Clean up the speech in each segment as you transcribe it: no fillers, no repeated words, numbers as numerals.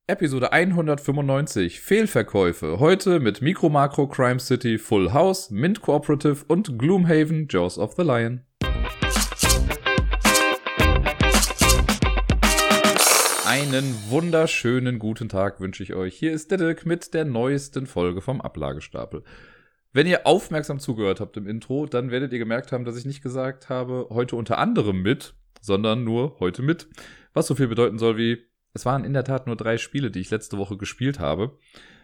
Episode 195, Fehlverkäufe. Heute mit Micro Macro Crime City Full House, Mint Cooperative und Gloomhaven Jaws of the Lion. Einen wunderschönen guten Tag wünsche ich euch. Hier ist der Dirk mit der neuesten Folge vom Ablagestapel. Wenn ihr aufmerksam zugehört habt im Intro, dann werdet ihr gemerkt haben, dass ich nicht gesagt habe, heute unter anderem mit, sondern nur heute mit. Was so viel bedeuten soll wie, es waren in der Tat nur 3 Spiele, die ich letzte Woche gespielt habe.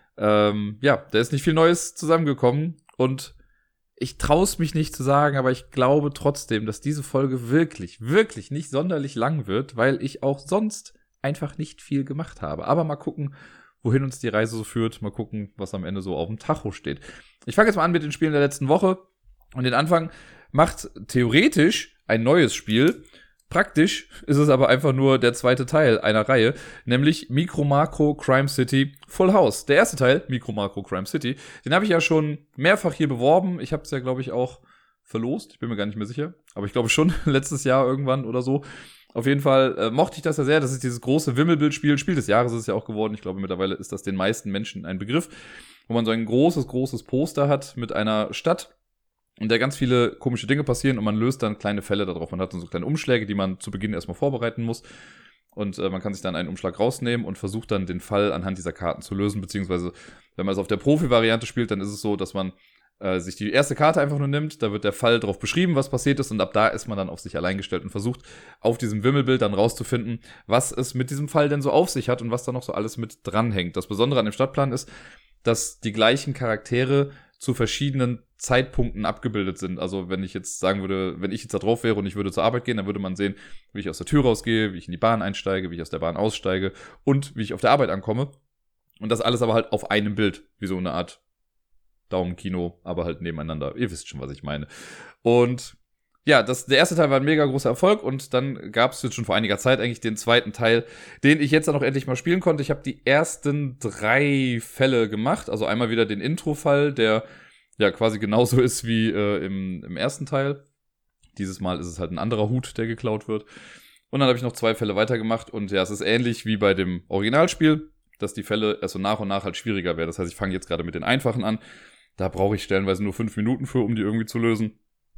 Da ist nicht viel Neues zusammengekommen und ich traue es mich nicht zu sagen, aber ich glaube trotzdem, dass diese Folge wirklich nicht sonderlich lang wird, weil ich auch sonst einfach nicht viel gemacht habe. Aber mal gucken, wohin uns die Reise so führt. Mal gucken, was am Ende so auf dem Tacho steht. Ich fange jetzt mal an mit den Spielen der letzten Woche. Und den Anfang macht theoretisch ein neues Spiel. Praktisch ist es aber einfach nur der zweite Teil einer Reihe, nämlich Micro Macro Crime City Full House. Der erste Teil, Micro Macro Crime City, den habe ich ja schon mehrfach hier beworben. Ich habe es ja, glaube ich, auch verlost. Ich bin mir gar nicht mehr sicher. Aber ich glaube schon letztes Jahr irgendwann oder so. Auf jeden Fall mochte ich das ja sehr. Das ist dieses große Wimmelbildspiel. Spiel des Jahres ist es ja auch geworden. Ich glaube, mittlerweile ist das den meisten Menschen ein Begriff. Wo man so ein großes Poster hat mit einer Stadt, in der ganz viele komische Dinge passieren und man löst dann kleine Fälle darauf. Man hat dann so kleine Umschläge, die man zu Beginn erstmal vorbereiten muss. Und man kann sich dann einen Umschlag rausnehmen und versucht dann den Fall anhand dieser Karten zu lösen. Beziehungsweise, wenn man es auf der Profi-Variante spielt, dann ist es so, dass man sich die erste Karte einfach nur nimmt. Da wird der Fall drauf beschrieben, was passiert ist. Und ab da ist man dann auf sich allein gestellt und versucht, auf diesem Wimmelbild dann rauszufinden, was es mit diesem Fall denn so auf sich hat und was da noch so alles mit dranhängt. Das Besondere an dem Stadtplan ist, dass die gleichen Charaktere zu verschiedenen Zeitpunkten abgebildet sind. Also wenn ich jetzt sagen würde, wenn ich jetzt da drauf wäre und ich würde zur Arbeit gehen, dann würde man sehen, wie ich aus der Tür rausgehe, wie ich in die Bahn einsteige, wie ich aus der Bahn aussteige und wie ich auf der Arbeit ankomme. Und das alles aber halt auf einem Bild, wie so eine Art Daumenkino, aber halt nebeneinander. Ihr wisst schon, was ich meine. Und ja, der erste Teil war ein mega großer Erfolg und dann gab es jetzt schon vor einiger Zeit eigentlich den zweiten Teil, den ich jetzt dann auch endlich mal spielen konnte. Ich habe die ersten 3 Fälle gemacht, also einmal wieder den Intro-Fall, der ja quasi genauso ist wie im ersten Teil. Dieses Mal ist es halt ein anderer Hut, der geklaut wird. Und dann habe ich noch 2 Fälle weitergemacht und ja, es ist ähnlich wie bei dem Originalspiel, dass die Fälle erst so nach und nach halt schwieriger werden. Das heißt, ich fange jetzt gerade mit den einfachen an. Da brauche ich stellenweise nur 5 Minuten für, um die irgendwie zu lösen.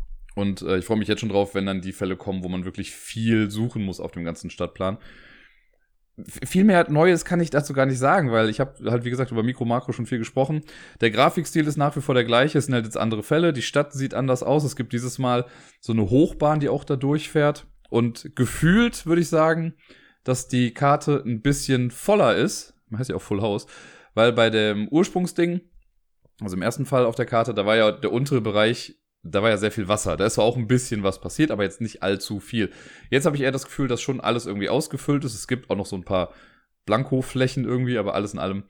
Und ich freue mich jetzt schon drauf, wenn dann die Fälle kommen, wo man wirklich viel suchen muss auf dem ganzen Stadtplan. Viel mehr Neues kann ich dazu gar nicht sagen, weil ich habe halt, wie gesagt, über Micro Macro schon viel gesprochen. Der Grafikstil ist nach wie vor der gleiche, es sind halt jetzt andere Fälle. Die Stadt sieht anders aus. Es gibt dieses Mal so eine Hochbahn, die auch da durchfährt. Und gefühlt würde ich sagen, dass die Karte ein bisschen voller ist. Man heißt ja auch Full House. Weil bei dem Ursprungsding, also im ersten Fall auf der Karte, da war ja der untere Bereich, da war ja sehr viel Wasser. Da ist zwar auch ein bisschen was passiert, aber jetzt nicht allzu viel. Jetzt habe ich eher das Gefühl, dass schon alles irgendwie ausgefüllt ist. Es gibt auch noch so ein paar Blankoflächen irgendwie, aber alles in allem,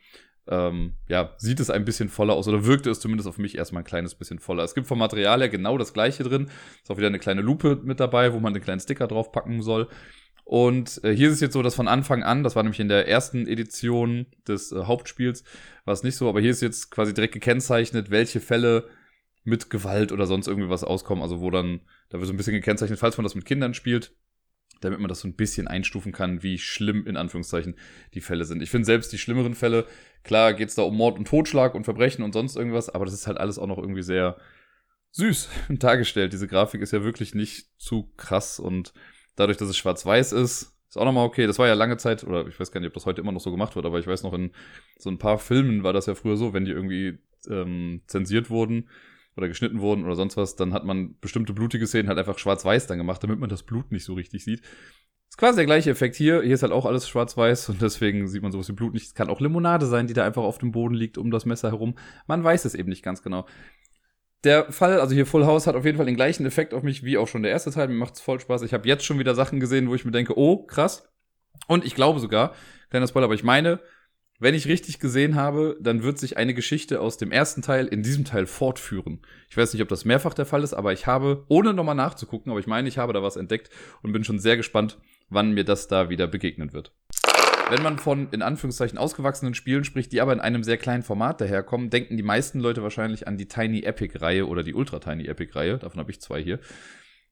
sieht es ein bisschen voller aus. Oder wirkte es zumindest auf mich erstmal ein kleines bisschen voller. Es gibt vom Material her genau das Gleiche drin. Ist auch wieder eine kleine Lupe mit dabei, wo man einen kleinen Sticker draufpacken soll. Und hier ist es jetzt so, dass von Anfang an, das war nämlich in der ersten Edition des Hauptspiels, war es nicht so, aber hier ist jetzt quasi direkt gekennzeichnet, welche Fälle mit Gewalt oder sonst irgendwie was auskommen, also wo dann, da wird so ein bisschen gekennzeichnet, falls man das mit Kindern spielt, damit man das so ein bisschen einstufen kann, wie schlimm in Anführungszeichen die Fälle sind. Ich finde selbst die schlimmeren Fälle, klar geht's da um Mord und Totschlag und Verbrechen und sonst irgendwas, aber das ist halt alles auch noch irgendwie sehr süß dargestellt. Diese Grafik ist ja wirklich nicht zu krass und dadurch, dass es schwarz-weiß ist auch nochmal okay. Das war ja lange Zeit, oder ich weiß gar nicht, ob das heute immer noch so gemacht wird, aber ich weiß noch, in so ein paar Filmen war das ja früher so, wenn die irgendwie zensiert wurden oder geschnitten wurden oder sonst was, dann hat man bestimmte blutige Szenen halt einfach schwarz-weiß dann gemacht, damit man das Blut nicht so richtig sieht. Ist quasi der gleiche Effekt hier. Hier ist halt auch alles schwarz-weiß und deswegen sieht man sowas wie Blut nicht. Es kann auch Limonade sein, die da einfach auf dem Boden liegt, um das Messer herum. Man weiß es eben nicht ganz genau. Der Fall, also hier Full House, hat auf jeden Fall den gleichen Effekt auf mich wie auch schon der erste Teil. Mir macht's voll Spaß. Ich habe jetzt schon wieder Sachen gesehen, wo ich mir denke, oh, krass. Und ich glaube sogar, kleiner Spoiler, aber ich meine, wenn ich richtig gesehen habe, dann wird sich eine Geschichte aus dem ersten Teil in diesem Teil fortführen. Ich weiß nicht, ob das mehrfach der Fall ist, aber ich habe, ohne nochmal nachzugucken, aber ich meine, ich habe da was entdeckt und bin schon sehr gespannt, wann mir das da wieder begegnen wird. Wenn man von, in Anführungszeichen, ausgewachsenen Spielen spricht, die aber in einem sehr kleinen Format daherkommen, denken die meisten Leute wahrscheinlich an die Tiny Epic-Reihe oder die Ultra Tiny Epic-Reihe. Davon habe ich 2 hier.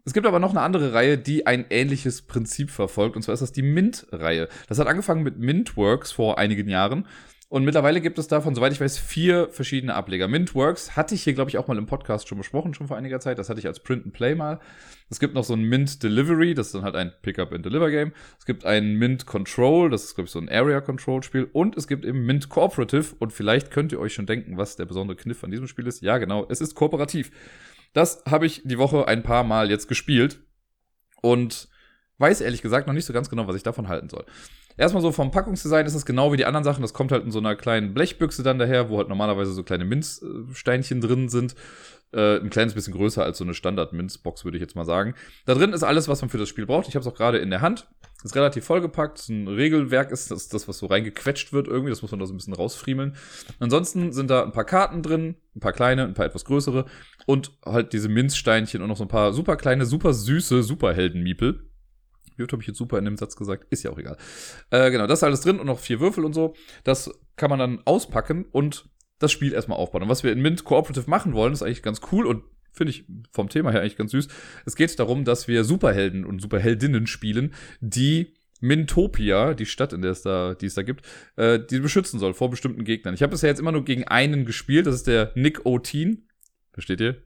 Es gibt aber noch eine andere Reihe, die ein ähnliches Prinzip verfolgt. Und zwar ist das die Mint-Reihe. Das hat angefangen mit Mintworks vor einigen Jahren. Und mittlerweile gibt es davon, soweit ich weiß, 4 verschiedene Ableger. Mintworks hatte ich hier, glaube ich, auch mal im Podcast schon besprochen, schon vor einiger Zeit. Das hatte ich als Print and Play mal. Es gibt noch so ein Mint Delivery, das ist dann halt ein Pick-up-and-Deliver-Game. Es gibt ein Mint Control, das ist, glaube ich, so ein Area-Control-Spiel. Und es gibt eben Mint Cooperative. Und vielleicht könnt ihr euch schon denken, was der besondere Kniff an diesem Spiel ist. Ja, genau, es ist kooperativ. Das habe ich die Woche ein paar Mal jetzt gespielt und weiß ehrlich gesagt noch nicht so ganz genau, was ich davon halten soll. Erstmal so vom Packungsdesign ist es genau wie die anderen Sachen. Das kommt halt in so einer kleinen Blechbüchse dann daher, wo halt normalerweise so kleine Minzsteinchen drin sind. Ein kleines bisschen größer als so eine Standard-Minzbox, würde ich jetzt mal sagen. Da drin ist alles, was man für das Spiel braucht. Ich habe es auch gerade in der Hand. Ist relativ vollgepackt. Ein Regelwerk ist das, was so reingequetscht wird irgendwie. Das muss man da so ein bisschen rausfriemeln. Ansonsten sind da ein paar Karten drin. Ein paar kleine, ein paar etwas größere. Und halt diese Minzsteinchen und noch so ein paar super kleine, super süße Superhelden-Miepel. Wie oft habe ich jetzt super in dem Satz gesagt? Ist ja auch egal. Genau, das ist alles drin und noch 4 Würfel und so. Das kann man dann auspacken und das Spiel erstmal aufbauen. Und was wir in Mint Cooperative machen wollen, ist eigentlich ganz cool und finde ich vom Thema her eigentlich ganz süß. Es geht darum, dass wir Superhelden und Superheldinnen spielen, die Mintopia, die Stadt, die es da gibt, die beschützen soll vor bestimmten Gegnern. Ich habe bisher jetzt immer nur gegen einen gespielt, das ist der Nick O'Teen. Versteht ihr?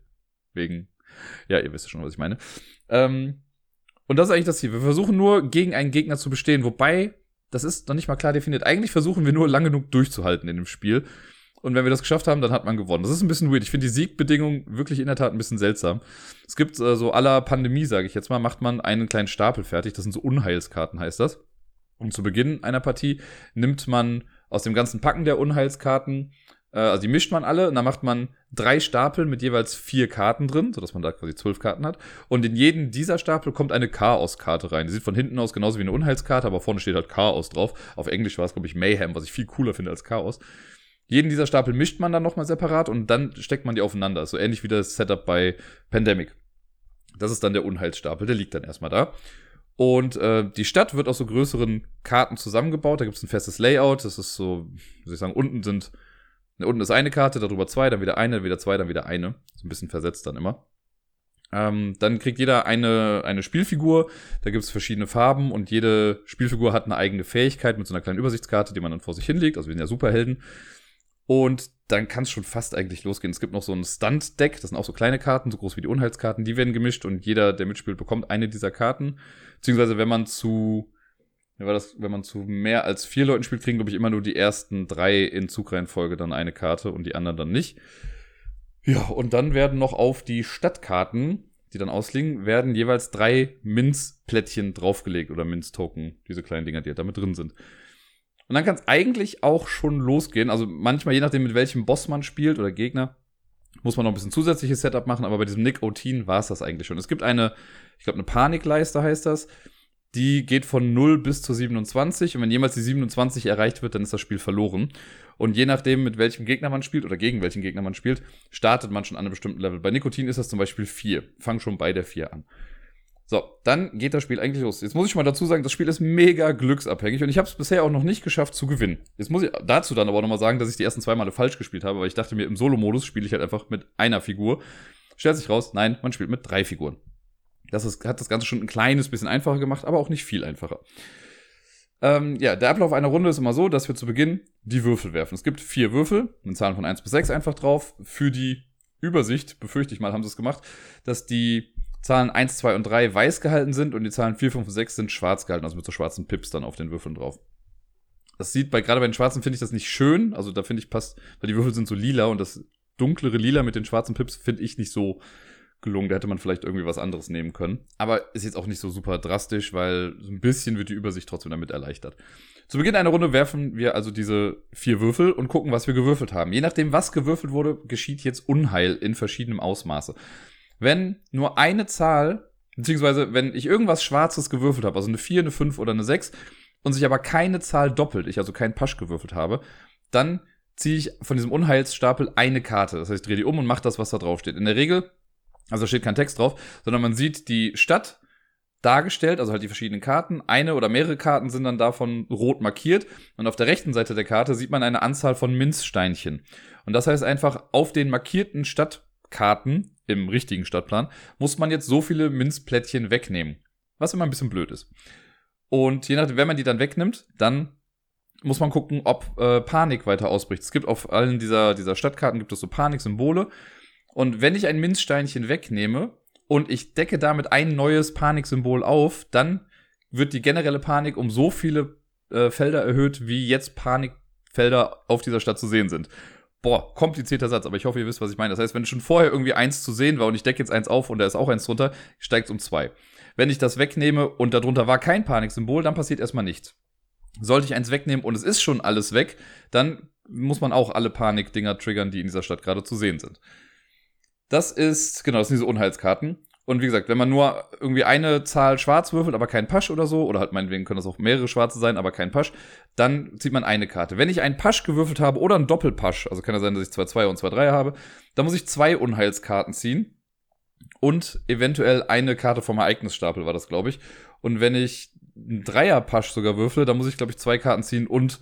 Ja, ihr wisst ja schon, was ich meine. Und das ist eigentlich das Ziel. Wir versuchen nur, gegen einen Gegner zu bestehen. Wobei, das ist noch nicht mal klar definiert. Eigentlich versuchen wir nur, lange genug durchzuhalten in dem Spiel. Und wenn wir das geschafft haben, dann hat man gewonnen. Das ist ein bisschen weird. Ich finde die Siegbedingungen wirklich in der Tat ein bisschen seltsam. Es gibt so à la Pandemie, sage ich jetzt mal, macht man einen kleinen Stapel fertig. Das sind so Unheilskarten, heißt das. Und zu Beginn einer Partie nimmt man aus dem ganzen Packen der Unheilskarten, also die mischt man alle und dann macht man 3 Stapel mit jeweils 4 Karten drin, sodass man da quasi 12 Karten hat. Und in jeden dieser Stapel kommt eine Chaos-Karte rein. Die sieht von hinten aus genauso wie eine Unheilskarte, aber vorne steht halt Chaos drauf. Auf Englisch war es, glaube ich, Mayhem, was ich viel cooler finde als Chaos. Jeden dieser Stapel mischt man dann nochmal separat und dann steckt man die aufeinander. So ähnlich wie das Setup bei Pandemic. Das ist dann der Unheilsstapel, der liegt dann erstmal da. Und die Stadt wird aus so größeren Karten zusammengebaut. Da gibt es ein festes Layout. Das ist so, wie soll ich sagen, unten ist eine Karte, darüber 2, dann wieder eine, wieder 2, dann wieder eine. So ein bisschen versetzt dann immer. Dann kriegt jeder eine Spielfigur. Da gibt es verschiedene Farben und jede Spielfigur hat eine eigene Fähigkeit mit so einer kleinen Übersichtskarte, die man dann vor sich hinlegt. Also wir sind ja Superhelden. Und dann kann es schon fast eigentlich losgehen. Es gibt noch so ein Stunt-Deck, das sind auch so kleine Karten, so groß wie die Unheilskarten, die werden gemischt und jeder, der mitspielt, bekommt eine dieser Karten. Beziehungsweise wenn man zu mehr als 4 Leuten spielt, kriegen, glaube ich, immer nur die ersten 3 in Zugreihenfolge dann eine Karte und die anderen dann nicht. Ja, und dann werden noch auf die Stadtkarten, die dann ausliegen, werden jeweils 3 Minzplättchen draufgelegt oder Minztoken, diese kleinen Dinger, die halt da mit drin sind. Und dann kann es eigentlich auch schon losgehen. Also manchmal, je nachdem, mit welchem Boss man spielt oder Gegner, muss man noch ein bisschen zusätzliches Setup machen. Aber bei diesem Nick O'Teen war es das eigentlich schon. Es gibt eine Panikleiste heißt das. Die geht von 0 bis zur 27. Und wenn jemals die 27 erreicht wird, dann ist das Spiel verloren. Und je nachdem, mit welchem Gegner man spielt oder gegen welchen Gegner man spielt, startet man schon an einem bestimmten Level. Bei Nick O'Teen ist das zum Beispiel 4. Fang schon bei der 4 an. So, dann geht das Spiel eigentlich los. Jetzt muss ich mal dazu sagen, das Spiel ist mega glücksabhängig und ich habe es bisher auch noch nicht geschafft zu gewinnen. Jetzt muss ich dazu dann aber nochmal sagen, dass ich die ersten 2 Male falsch gespielt habe, weil ich dachte mir, im Solo-Modus spiele ich halt einfach mit einer Figur. Stellt sich raus, nein, man spielt mit 3 Figuren. Hat das Ganze schon ein kleines bisschen einfacher gemacht, aber auch nicht viel einfacher. Der Ablauf einer Runde ist immer so, dass wir zu Beginn die Würfel werfen. Es gibt 4 Würfel, mit Zahlen von 1 bis 6 einfach drauf. Für die Übersicht, befürchte ich mal, haben sie es gemacht, dass die Zahlen 1, 2 und 3 weiß gehalten sind und die Zahlen 4, 5 und 6 sind schwarz gehalten, also mit so schwarzen Pips dann auf den Würfeln drauf. Das sieht gerade bei den schwarzen finde ich das nicht schön, also da finde ich passt, weil die Würfel sind so lila und das dunklere Lila mit den schwarzen Pips finde ich nicht so gelungen, da hätte man vielleicht irgendwie was anderes nehmen können. Aber ist jetzt auch nicht so super drastisch, weil so ein bisschen wird die Übersicht trotzdem damit erleichtert. Zu Beginn einer Runde werfen wir also diese 4 Würfel und gucken, was wir gewürfelt haben. Je nachdem, was gewürfelt wurde, geschieht jetzt Unheil in verschiedenem Ausmaße. Wenn nur eine Zahl, beziehungsweise wenn ich irgendwas Schwarzes gewürfelt habe, also eine 4, eine 5 oder eine 6, und sich aber keine Zahl doppelt, ich also keinen Pasch gewürfelt habe, dann ziehe ich von diesem Unheilsstapel eine Karte. Das heißt, ich drehe die um und mache das, was da drauf steht. In der Regel, also da steht kein Text drauf, sondern man sieht die Stadt dargestellt, also halt die verschiedenen Karten. Eine oder mehrere Karten sind dann davon rot markiert und auf der rechten Seite der Karte sieht man eine Anzahl von Minzsteinchen. Und das heißt einfach, auf den markierten Stadtkarten im richtigen Stadtplan, muss man jetzt so viele Minzplättchen wegnehmen. Was immer ein bisschen blöd ist. Und je nachdem, wenn man die dann wegnimmt, dann muss man gucken, ob Panik weiter ausbricht. Es gibt auf allen dieser Stadtkarten gibt es so Paniksymbole. Und wenn ich ein Minzsteinchen wegnehme und ich decke damit ein neues Paniksymbol auf, dann wird die generelle Panik um so viele Felder erhöht, wie jetzt Panikfelder auf dieser Stadt zu sehen sind. Boah, komplizierter Satz, aber ich hoffe, ihr wisst, was ich meine. Das heißt, wenn schon vorher irgendwie 1 zu sehen war und ich decke jetzt 1 auf und da ist auch 1 drunter, steigt es um 2. Wenn ich das wegnehme und darunter war kein Paniksymbol, dann passiert erstmal nichts. Sollte ich 1 wegnehmen und es ist schon alles weg, dann muss man auch alle Panikdinger triggern, die in dieser Stadt gerade zu sehen sind. Das sind diese Unheilskarten. Und wie gesagt, wenn man nur irgendwie eine Zahl schwarz würfelt, aber kein Pasch oder so, oder halt meinetwegen können das auch mehrere schwarze sein, aber kein Pasch, dann zieht man eine Karte. Wenn ich einen Pasch gewürfelt habe oder einen Doppelpasch, also kann ja sein, dass ich 2-2 und 2-3 habe, dann muss ich 2 Unheilskarten ziehen und eventuell eine Karte vom Ereignisstapel war das, glaube ich. Und wenn ich einen Dreierpasch sogar würfle, dann muss ich, glaube ich, 2 Karten ziehen und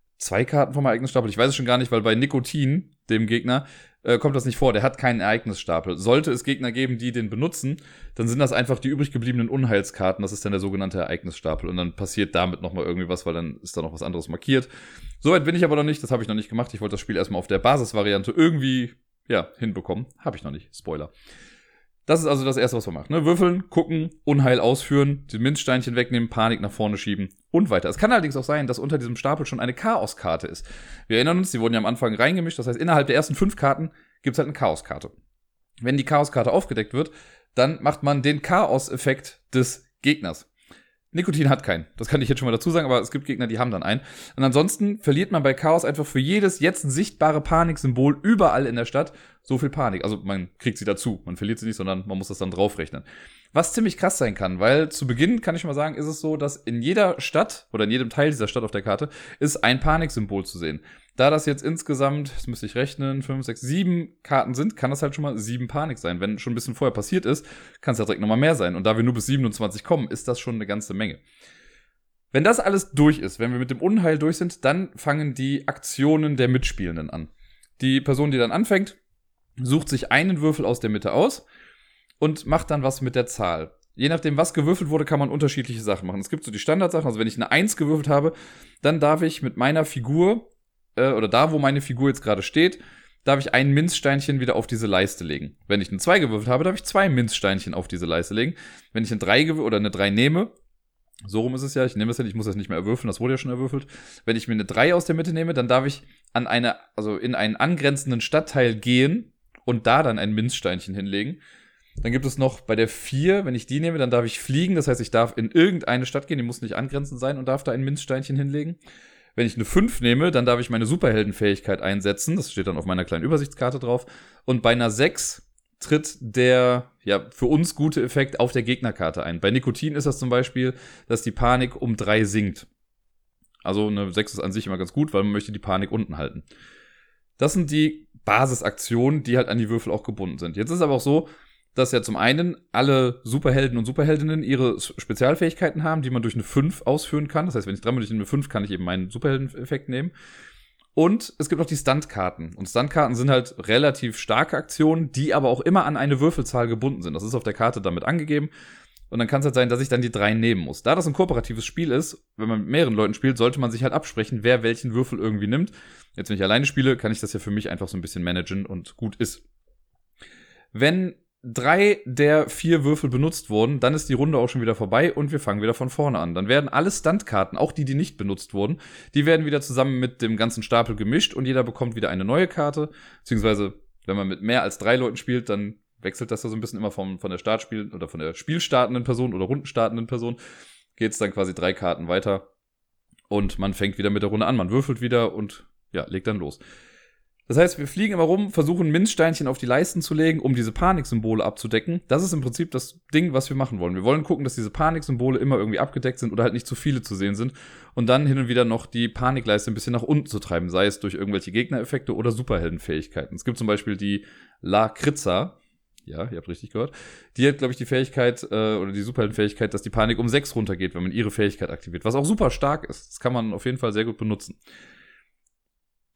2 Karten vom Ereignisstapel. Ich weiß es schon gar nicht, weil bei Nikotin, dem Gegner, kommt das nicht vor. Der hat keinen Ereignisstapel. Sollte es Gegner geben, die den benutzen, dann sind das einfach die übrig gebliebenen Unheilskarten. Das ist dann der sogenannte Ereignisstapel. Und dann passiert damit nochmal irgendwie was, weil dann ist da noch was anderes markiert. Soweit bin ich aber noch nicht. Das habe ich noch nicht gemacht. Ich wollte das Spiel erstmal auf der Basisvariante irgendwie, hinbekommen. Habe ich noch nicht. Spoiler. Das ist also das Erste, was man macht. Ne? Würfeln, gucken, Unheil ausführen, die Minzsteinchen wegnehmen, Panik nach vorne schieben und weiter. Es kann allerdings auch sein, dass unter diesem Stapel schon eine Chaoskarte ist. Wir erinnern uns, die wurden ja am Anfang reingemischt. Das heißt, innerhalb der ersten 5 Karten gibt es halt eine Chaoskarte. Wenn die Chaoskarte aufgedeckt wird, dann macht man den Chaos-Effekt des Gegners. Nikotin hat keinen. Das kann ich jetzt schon mal dazu sagen, aber es gibt Gegner, die haben dann einen. Und ansonsten verliert man bei Chaos einfach für jedes jetzt sichtbare Paniksymbol überall in der Stadt so viel Panik. Also man kriegt sie dazu. Man verliert sie nicht, sondern man muss das dann draufrechnen. Was ziemlich krass sein kann, weil zu Beginn, kann ich schon mal sagen, ist es so, dass in jeder Stadt oder in jedem Teil dieser Stadt auf der Karte ist ein Paniksymbol zu sehen. Da das jetzt insgesamt, das müsste ich rechnen, 5, 6, 7 Karten sind, kann das halt schon mal 7 Panik sein. Wenn schon ein bisschen vorher passiert ist, kann es ja direkt nochmal mehr sein. Und da wir nur bis 27 kommen, ist das schon eine ganze Menge. Wenn das alles durch ist, wenn wir mit dem Unheil durch sind, dann fangen die Aktionen der Mitspielenden an. Die Person, die dann anfängt, sucht sich einen Würfel aus der Mitte aus und macht dann was mit der Zahl. Je nachdem, was gewürfelt wurde, kann man unterschiedliche Sachen machen. Es gibt so die Standardsachen, also wenn ich eine 1 gewürfelt habe, dann darf ich mit meiner Figur, oder da, wo meine Figur jetzt gerade steht, darf ich ein Minzsteinchen wieder auf diese Leiste legen. Wenn ich eine 2 gewürfelt habe, darf ich 2 Minzsteinchen auf diese Leiste legen. Wenn ich eine 3 oder eine 3 nehme, so rum ist es ja, ich nehme es ja nicht, ich muss das nicht mehr erwürfeln, das wurde ja schon erwürfelt. Wenn ich mir eine 3 aus der Mitte nehme, dann darf ich in einen angrenzenden Stadtteil gehen und da dann ein Minzsteinchen hinlegen. Dann gibt es noch bei der 4, wenn ich die nehme, dann darf ich fliegen. Das heißt, ich darf in irgendeine Stadt gehen, die muss nicht angrenzend sein und darf da ein Minzsteinchen hinlegen. Wenn ich eine 5 nehme, dann darf ich meine Superheldenfähigkeit einsetzen. Das steht dann auf meiner kleinen Übersichtskarte drauf. Und bei einer 6 tritt der, für uns gute Effekt auf der Gegnerkarte ein. Bei Nikotin ist das zum Beispiel, dass die Panik um 3 sinkt. Also eine 6 ist an sich immer ganz gut, weil man möchte die Panik unten halten. Das sind die Basisaktionen, die halt an die Würfel auch gebunden sind. Jetzt ist es aber auch so, dass ja zum einen alle Superhelden und Superheldinnen ihre Spezialfähigkeiten haben, die man durch eine 5 ausführen kann. Das heißt, wenn ich dreimal durch eine 5 kann ich eben meinen Superheldeneffekt nehmen. Und es gibt noch die Stuntkarten. Und Stuntkarten sind halt relativ starke Aktionen, die aber auch immer an eine Würfelzahl gebunden sind. Das ist auf der Karte damit angegeben. Und dann kann es halt sein, dass ich dann die 3 nehmen muss. Da das ein kooperatives Spiel ist, wenn man mit mehreren Leuten spielt, sollte man sich halt absprechen, wer welchen Würfel irgendwie nimmt. Jetzt, wenn ich alleine spiele, kann ich das ja für mich einfach so ein bisschen managen und gut ist. Wenn 3 der 4 Würfel benutzt wurden, dann ist die Runde auch schon wieder vorbei und wir fangen wieder von vorne an. Dann werden alle Stuntkarten, auch die nicht benutzt wurden, die werden wieder zusammen mit dem ganzen Stapel gemischt und jeder bekommt wieder eine neue Karte. Beziehungsweise, wenn man mit mehr als 3 Leuten spielt, dann wechselt das ja so ein bisschen immer von der Startspiel- oder von der spielstartenden Person oder rundenstartenden Person. Geht es dann quasi 3 Karten weiter und man fängt wieder mit der Runde an. Man würfelt wieder und legt dann los. Das heißt, wir fliegen immer rum, versuchen Minzsteinchen auf die Leisten zu legen, um diese Paniksymbole abzudecken. Das ist im Prinzip das Ding, was wir machen wollen. Wir wollen gucken, dass diese Paniksymbole immer irgendwie abgedeckt sind oder halt nicht zu viele zu sehen sind. Und dann hin und wieder noch die Panikleiste ein bisschen nach unten zu treiben, sei es durch irgendwelche Gegnereffekte oder Superheldenfähigkeiten. Es gibt zum Beispiel die Lakritza. Ja, ihr habt richtig gehört. Die hat, glaube ich, die Fähigkeit oder die Superheldenfähigkeit, dass die Panik um 6 runtergeht, wenn man ihre Fähigkeit aktiviert. Was auch super stark ist. Das kann man auf jeden Fall sehr gut benutzen.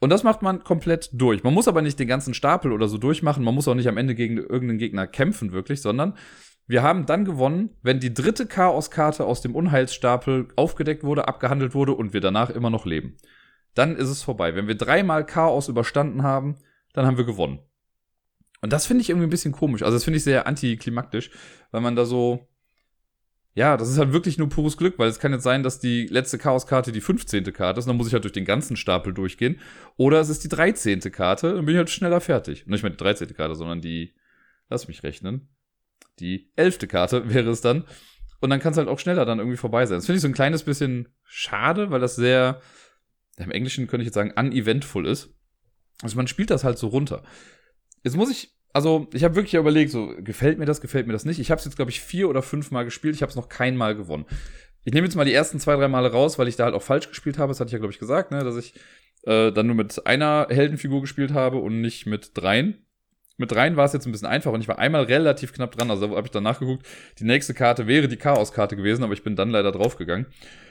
Und das macht man komplett durch. Man muss aber nicht den ganzen Stapel oder so durchmachen. Man muss auch nicht am Ende gegen irgendeinen Gegner kämpfen, wirklich, sondern wir haben dann gewonnen, wenn die dritte Chaoskarte aus dem Unheilsstapel aufgedeckt wurde, abgehandelt wurde und wir danach immer noch leben. Dann ist es vorbei. Wenn wir 3-mal Chaos überstanden haben, dann haben wir gewonnen. Und das finde ich irgendwie ein bisschen komisch. Also das finde ich sehr antiklimaktisch, weil man da so, ja, das ist halt wirklich nur pures Glück, weil es kann jetzt sein, dass die letzte Chaoskarte die 15. Karte ist und dann muss ich halt durch den ganzen Stapel durchgehen. Oder es ist die 13. Karte, dann bin ich halt schneller fertig. Und nicht mehr die 13. Karte, sondern die, lass mich rechnen, die 11. Karte wäre es dann. Und dann kann es halt auch schneller dann irgendwie vorbei sein. Das finde ich so ein kleines bisschen schade, weil das sehr, im Englischen könnte ich jetzt sagen, uneventful ist. Also man spielt das halt so runter. Jetzt muss ich, also ich habe wirklich überlegt, so gefällt mir das nicht. Ich habe es jetzt, glaube ich, 4 oder 5 Mal gespielt. Ich habe es noch kein Mal gewonnen. Ich nehme jetzt mal die ersten 2-3 Male raus, weil ich da halt auch falsch gespielt habe. Das hatte ich ja, glaube ich, gesagt, ne, dass ich dann nur mit einer Heldenfigur gespielt habe und nicht mit 3. Mit 3 war es jetzt ein bisschen einfacher und ich war einmal relativ knapp dran. Also habe ich dann nachgeguckt. Die nächste Karte wäre die Chaos-Karte gewesen, aber ich bin dann leider draufgegangen.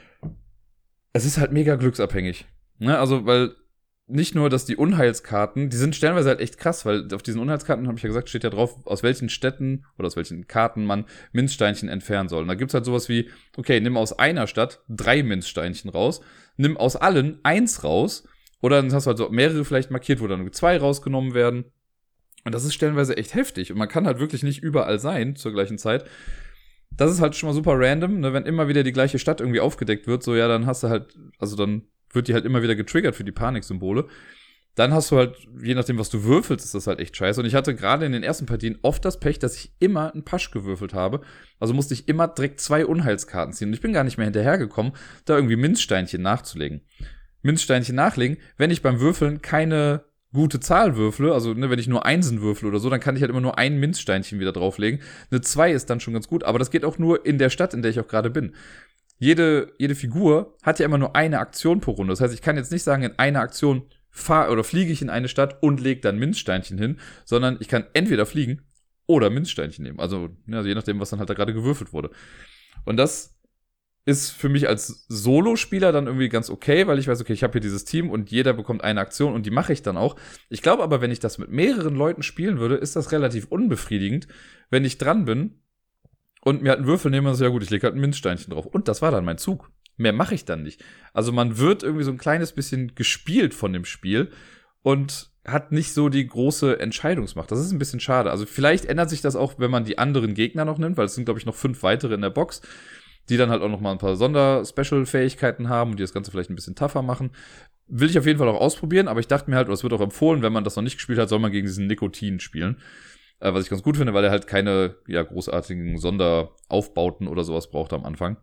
Es ist halt mega glücksabhängig. Ne? Also, weil nicht nur, dass die Unheilskarten, die sind stellenweise halt echt krass, weil auf diesen Unheilskarten, habe ich ja gesagt, steht ja drauf, aus welchen Städten oder aus welchen Karten man Minzsteinchen entfernen soll. Und da gibt's halt sowas wie, okay, nimm aus einer Stadt 3 Minzsteinchen raus, nimm aus allen 1 raus, oder dann hast du halt so mehrere vielleicht markiert, wo dann nur 2 rausgenommen werden. Und das ist stellenweise echt heftig. Und man kann halt wirklich nicht überall sein zur gleichen Zeit. Das ist halt schon mal super random, ne? Wenn immer wieder die gleiche Stadt irgendwie aufgedeckt wird, so ja, dann hast du halt, also dann wird die halt immer wieder getriggert für die Paniksymbole. Dann hast du halt, je nachdem, was du würfelst, ist das halt echt scheiße. Und ich hatte gerade in den ersten Partien oft das Pech, dass ich immer einen Pasch gewürfelt habe. Also musste ich immer direkt 2 Unheilskarten ziehen. Und ich bin gar nicht mehr hinterhergekommen, da irgendwie Minzsteinchen nachzulegen. Minzsteinchen nachlegen, wenn ich beim Würfeln keine gute Zahl würfle, also ne, wenn ich nur Einsen würfle oder so, dann kann ich halt immer nur ein Minzsteinchen wieder drauflegen. Eine 2 ist dann schon ganz gut, aber das geht auch nur in der Stadt, in der ich auch gerade bin. Jede Figur hat ja immer nur eine Aktion pro Runde. Das heißt, ich kann jetzt nicht sagen, in einer Aktion fliege ich in eine Stadt und lege dann Minzsteinchen hin, sondern ich kann entweder fliegen oder Minzsteinchen nehmen. Also je nachdem, was dann halt da gerade gewürfelt wurde. Und das ist für mich als Solospieler dann irgendwie ganz okay, weil ich weiß, okay, ich habe hier dieses Team und jeder bekommt eine Aktion und die mache ich dann auch. Ich glaube aber, wenn ich das mit mehreren Leuten spielen würde, ist das relativ unbefriedigend, wenn ich dran bin und mir halt einen Würfel nehme und so, ja gut, ich lege halt ein Minzsteinchen drauf. Und das war dann mein Zug. Mehr mache ich dann nicht. Also man wird irgendwie so ein kleines bisschen gespielt von dem Spiel und hat nicht so die große Entscheidungsmacht. Das ist ein bisschen schade. Also vielleicht ändert sich das auch, wenn man die anderen Gegner noch nimmt, weil es sind, glaube ich, noch 5 weitere in der Box, die dann halt auch noch mal ein paar Sonder-Special-Fähigkeiten haben und die das Ganze vielleicht ein bisschen tougher machen. Will ich auf jeden Fall auch ausprobieren, aber ich dachte mir halt, oder es wird auch empfohlen, wenn man das noch nicht gespielt hat, soll man gegen diesen Nikotin spielen. Was ich ganz gut finde, weil er halt keine großartigen Sonderaufbauten oder sowas braucht am Anfang.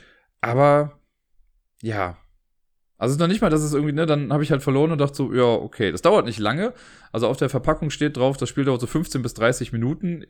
Aber, ja. Also es ist noch nicht mal, dass es irgendwie, ne, dann habe ich halt verloren und dachte so, ja, okay, das dauert nicht lange. Also auf der Verpackung steht drauf, das Spiel dauert so 15 bis 30 Minuten.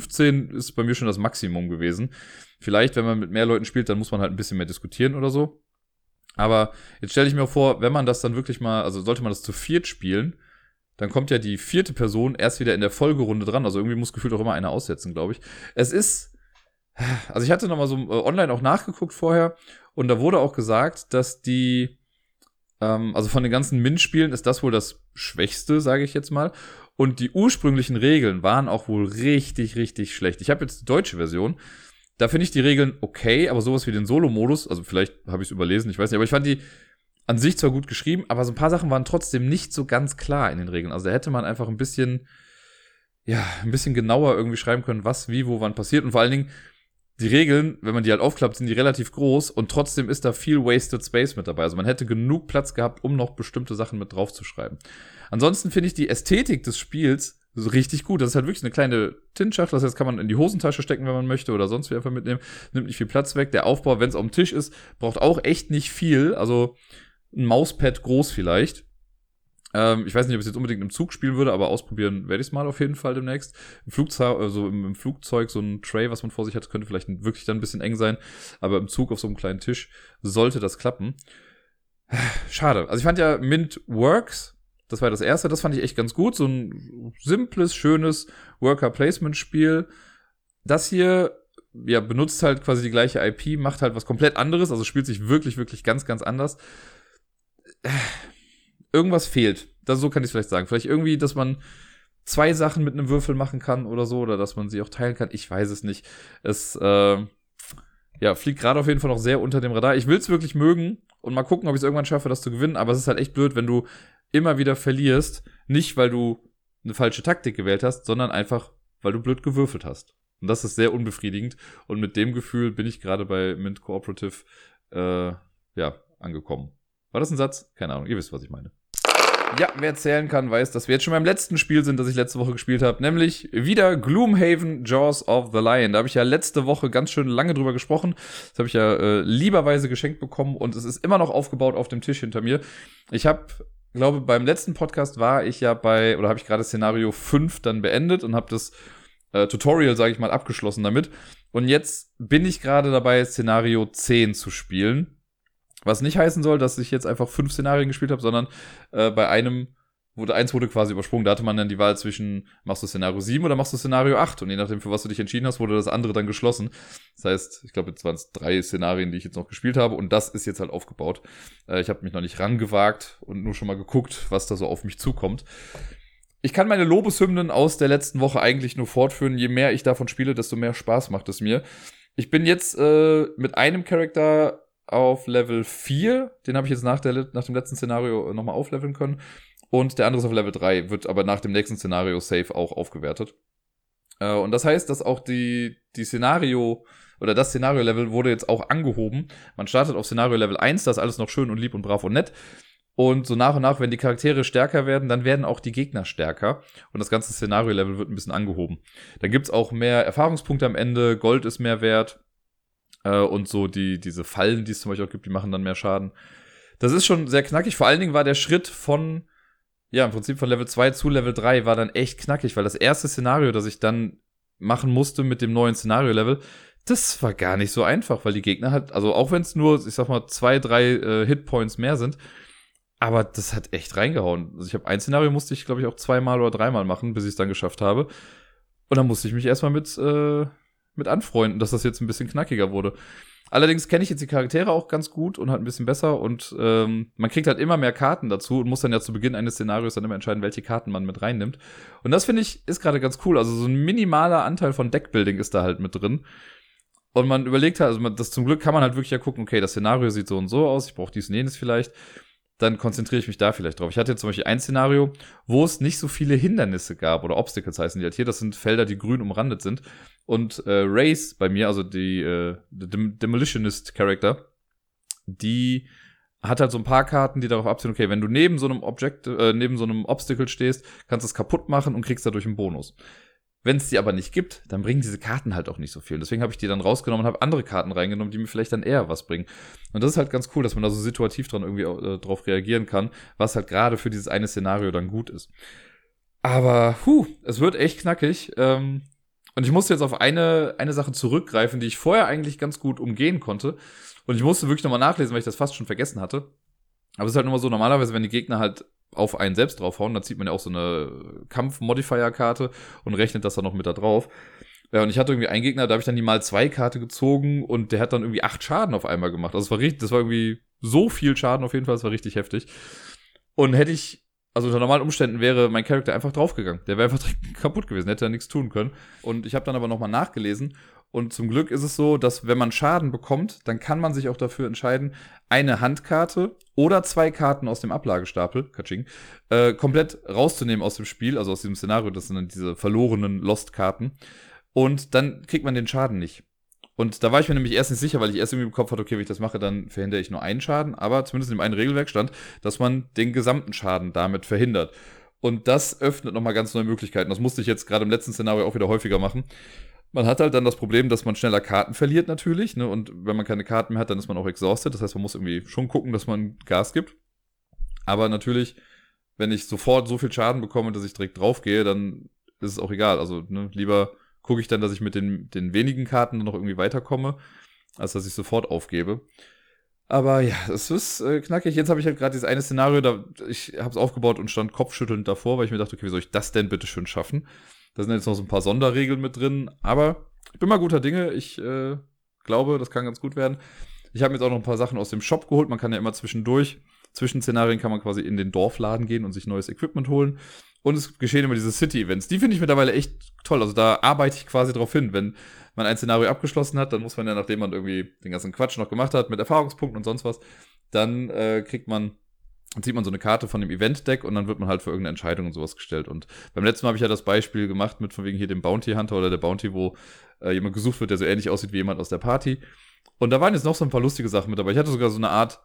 15 ist bei mir schon das Maximum gewesen. Vielleicht, wenn man mit mehr Leuten spielt, dann muss man halt ein bisschen mehr diskutieren oder so. Aber jetzt stelle ich mir vor, wenn man das dann wirklich mal, also sollte man das zu 4 spielen, dann kommt ja die 4. Person erst wieder in der Folgerunde dran. Also irgendwie muss gefühlt auch immer einer aussetzen, glaube ich. Es ist, also ich hatte noch mal so online auch nachgeguckt vorher und da wurde auch gesagt, dass die, also von den ganzen Min-Spielen ist das wohl das Schwächste, sage ich jetzt mal. Und die ursprünglichen Regeln waren auch wohl richtig, richtig schlecht. Ich habe jetzt die deutsche Version. Da finde ich die Regeln okay, aber sowas wie den Solo-Modus, also vielleicht habe ich es überlesen, ich weiß nicht, aber ich fand die an sich zwar gut geschrieben, aber so ein paar Sachen waren trotzdem nicht so ganz klar in den Regeln. Also da hätte man einfach ein bisschen genauer irgendwie schreiben können, was, wie, wo, wann passiert. Und vor allen Dingen, die Regeln, wenn man die halt aufklappt, sind die relativ groß und trotzdem ist da viel Wasted Space mit dabei. Also man hätte genug Platz gehabt, um noch bestimmte Sachen mit draufzuschreiben. Ansonsten finde ich die Ästhetik des Spiels so richtig gut. Das ist halt wirklich eine kleine Tintenschachtel. Das heißt, kann man in die Hosentasche stecken, wenn man möchte oder sonst wie einfach mitnehmen. Nimmt nicht viel Platz weg. Der Aufbau, wenn es auf dem Tisch ist, braucht auch echt nicht viel. Also ein Mauspad groß vielleicht. Ich weiß nicht, ob ich es jetzt unbedingt im Zug spielen würde, aber ausprobieren werde ich es mal auf jeden Fall demnächst. Im Flugzeug, also im Flugzeug so ein Tray, was man vor sich hat, könnte vielleicht wirklich dann ein bisschen eng sein. Aber im Zug auf so einem kleinen Tisch sollte das klappen. Schade. Also ich fand ja Mint Works, das war das erste, das fand ich echt ganz gut. So ein simples, schönes Worker-Placement-Spiel. Das hier, ja, benutzt halt quasi die gleiche IP, macht halt was komplett anderes, also spielt sich wirklich, wirklich ganz, ganz anders. Irgendwas fehlt. so kann ich es vielleicht sagen. Vielleicht irgendwie, dass man 2 Sachen mit einem Würfel machen kann oder so, oder dass man sie auch teilen kann. Ich weiß es nicht. Es fliegt gerade auf jeden Fall noch sehr unter dem Radar. Ich will es wirklich mögen und mal gucken, ob ich es irgendwann schaffe, das zu gewinnen. Aber es ist halt echt blöd, wenn du immer wieder verlierst. Nicht, weil du eine falsche Taktik gewählt hast, sondern einfach, weil du blöd gewürfelt hast. Und das ist sehr unbefriedigend. Und mit dem Gefühl bin ich gerade bei Mint Cooperative angekommen. War das ein Satz? Keine Ahnung, ihr wisst, was ich meine. Ja, wer zählen kann, weiß, dass wir jetzt schon beim letzten Spiel sind, das ich letzte Woche gespielt habe, nämlich wieder Gloomhaven Jaws of the Lion. Da habe ich ja letzte Woche ganz schön lange drüber gesprochen. Das habe ich ja lieberweise geschenkt bekommen und es ist immer noch aufgebaut auf dem Tisch hinter mir. Ich glaube, beim letzten Podcast habe ich gerade Szenario 5 dann beendet und habe das Tutorial, sage ich mal, abgeschlossen damit. Und jetzt bin ich gerade dabei, Szenario 10 zu spielen. Was nicht heißen soll, dass ich jetzt einfach 5 Szenarien gespielt habe, sondern bei einem wurde quasi übersprungen. Da hatte man dann die Wahl zwischen, machst du Szenario 7 oder machst du Szenario 8? Und je nachdem, für was du dich entschieden hast, wurde das andere dann geschlossen. Das heißt, ich glaube, jetzt waren es 3 Szenarien, die ich jetzt noch gespielt habe. Und das ist jetzt halt aufgebaut. Ich habe mich noch nicht rangewagt und nur schon mal geguckt, was da so auf mich zukommt. Ich kann meine Lobeshymnen aus der letzten Woche eigentlich nur fortführen. Je mehr ich davon spiele, desto mehr Spaß macht es mir. Ich bin jetzt mit einem Charakter auf Level 4. Den habe ich jetzt nach dem letzten Szenario nochmal aufleveln können. Und der andere ist auf Level 3, wird aber nach dem nächsten Szenario safe auch aufgewertet. Und das heißt, dass auch die Szenario oder das Szenario-Level wurde jetzt auch angehoben. Man startet auf Szenario Level 1, da ist alles noch schön und lieb und brav und nett. Und so nach und nach, wenn die Charaktere stärker werden, dann werden auch die Gegner stärker. Und das ganze Szenario-Level wird ein bisschen angehoben. Dann gibt's auch mehr Erfahrungspunkte am Ende, Gold ist mehr wert. Und so diese Fallen, die es zum Beispiel auch gibt, die machen dann mehr Schaden. Das ist schon sehr knackig. Vor allen Dingen war der Schritt im Prinzip von Level 2 zu Level 3 war dann echt knackig, weil das erste Szenario, das ich dann machen musste mit dem neuen Szenario-Level, das war gar nicht so einfach, weil die Gegner halt, also auch wenn es nur, ich sag mal, 2, 3 Hitpoints mehr sind, aber das hat echt reingehauen. Also ich habe ein Szenario musste ich, glaube ich, auch 2-mal oder 3-mal machen, bis ich es dann geschafft habe. Und dann musste ich mich erstmal mit anfreunden, dass das jetzt ein bisschen knackiger wurde. Allerdings kenne ich jetzt die Charaktere auch ganz gut und halt ein bisschen besser und man kriegt halt immer mehr Karten dazu und muss dann ja zu Beginn eines Szenarios dann immer entscheiden, welche Karten man mit reinnimmt. Und das finde ich ist gerade ganz cool. Also so ein minimaler Anteil von Deckbuilding ist da halt mit drin. Und man überlegt halt, also zum Glück kann man halt wirklich ja gucken, okay, das Szenario sieht so und so aus, ich brauche dies und jenes vielleicht. Dann konzentriere ich mich da vielleicht drauf. Ich hatte jetzt zum Beispiel ein Szenario, wo es nicht so viele Hindernisse gab, oder Obstacles heißen die halt hier. Das sind Felder, die grün umrandet sind. Und Race bei mir, also die Demolitionist-Character, die hat halt so ein paar Karten, die darauf abzielen, okay, wenn du neben so einem Obstacle stehst, kannst du es kaputt machen und kriegst dadurch einen Bonus. Wenn es die aber nicht gibt, dann bringen diese Karten halt auch nicht so viel. Und deswegen habe ich die dann rausgenommen und habe andere Karten reingenommen, die mir vielleicht dann eher was bringen. Und das ist halt ganz cool, dass man da so situativ dran irgendwie drauf reagieren kann, was halt gerade für dieses eine Szenario dann gut ist. Aber, es wird echt knackig. Und ich musste jetzt auf eine Sache zurückgreifen, die ich vorher eigentlich ganz gut umgehen konnte. Und ich musste wirklich nochmal nachlesen, weil ich das fast schon vergessen hatte. Aber es ist halt nur mal so, normalerweise, wenn die Gegner halt auf einen selbst draufhauen, dann zieht man ja auch so eine Kampf-Modifier-Karte und rechnet das dann noch mit da drauf. Ja, und ich hatte irgendwie einen Gegner, da habe ich dann die Mal-2-Karte gezogen und der hat dann irgendwie 8 Schaden auf einmal gemacht. Also das war irgendwie so viel Schaden auf jeden Fall, das war richtig heftig. Und unter normalen Umständen wäre mein Charakter einfach draufgegangen. Der wäre einfach direkt kaputt gewesen, hätte da nichts tun können. Und ich habe dann aber nochmal nachgelesen. Und zum Glück ist es so, dass wenn man Schaden bekommt, dann kann man sich auch dafür entscheiden, eine Handkarte oder 2 Karten aus dem Ablagestapel, Katsching, komplett rauszunehmen aus dem Spiel, also aus diesem Szenario. Das sind dann diese verlorenen Lost-Karten. Und dann kriegt man den Schaden nicht. Und da war ich mir nämlich erst nicht sicher, weil ich erst irgendwie im Kopf hatte, okay, wenn ich das mache, dann verhindere ich nur einen Schaden. Aber zumindest in dem einen Regelwerk stand, dass man den gesamten Schaden damit verhindert. Und das öffnet nochmal ganz neue Möglichkeiten. Das musste ich jetzt gerade im letzten Szenario auch wieder häufiger machen. Man hat halt dann das Problem, dass man schneller Karten verliert natürlich, ne? Und wenn man keine Karten mehr hat, dann ist man auch exhausted. Das heißt, man muss irgendwie schon gucken, dass man Gas gibt. Aber natürlich, wenn ich sofort so viel Schaden bekomme, dass ich direkt draufgehe, dann ist es auch egal. Also lieber gucke ich dann, dass ich mit den wenigen Karten noch irgendwie weiterkomme, als dass ich sofort aufgebe. Aber ja, es ist knackig. Jetzt habe ich halt gerade dieses eine Szenario, ich habe es aufgebaut und stand kopfschüttelnd davor, weil ich mir dachte, okay, wie soll ich das denn bitte schön schaffen? Da sind jetzt noch so ein paar Sonderregeln mit drin, aber ich bin mal guter Dinge. Ich glaube, das kann ganz gut werden. Ich habe mir jetzt auch noch ein paar Sachen aus dem Shop geholt. Man kann ja immer zwischendurch Zwischen Szenarien kann man quasi in den Dorfladen gehen und sich neues Equipment holen. Und es geschehen immer diese City-Events. Die finde ich mittlerweile echt toll. Also da arbeite ich quasi drauf hin. Wenn man ein Szenario abgeschlossen hat, dann muss man ja, nachdem man irgendwie den ganzen Quatsch noch gemacht hat, mit Erfahrungspunkten und sonst was, dann zieht man so eine Karte von dem Event-Deck und dann wird man halt für irgendeine Entscheidung und sowas gestellt. Und beim letzten Mal habe ich ja das Beispiel gemacht mit von wegen hier dem Bounty Hunter oder der Bounty, wo jemand gesucht wird, der so ähnlich aussieht wie jemand aus der Party. Und da waren jetzt noch so ein paar lustige Sachen mit dabei. Ich hatte sogar so eine Art,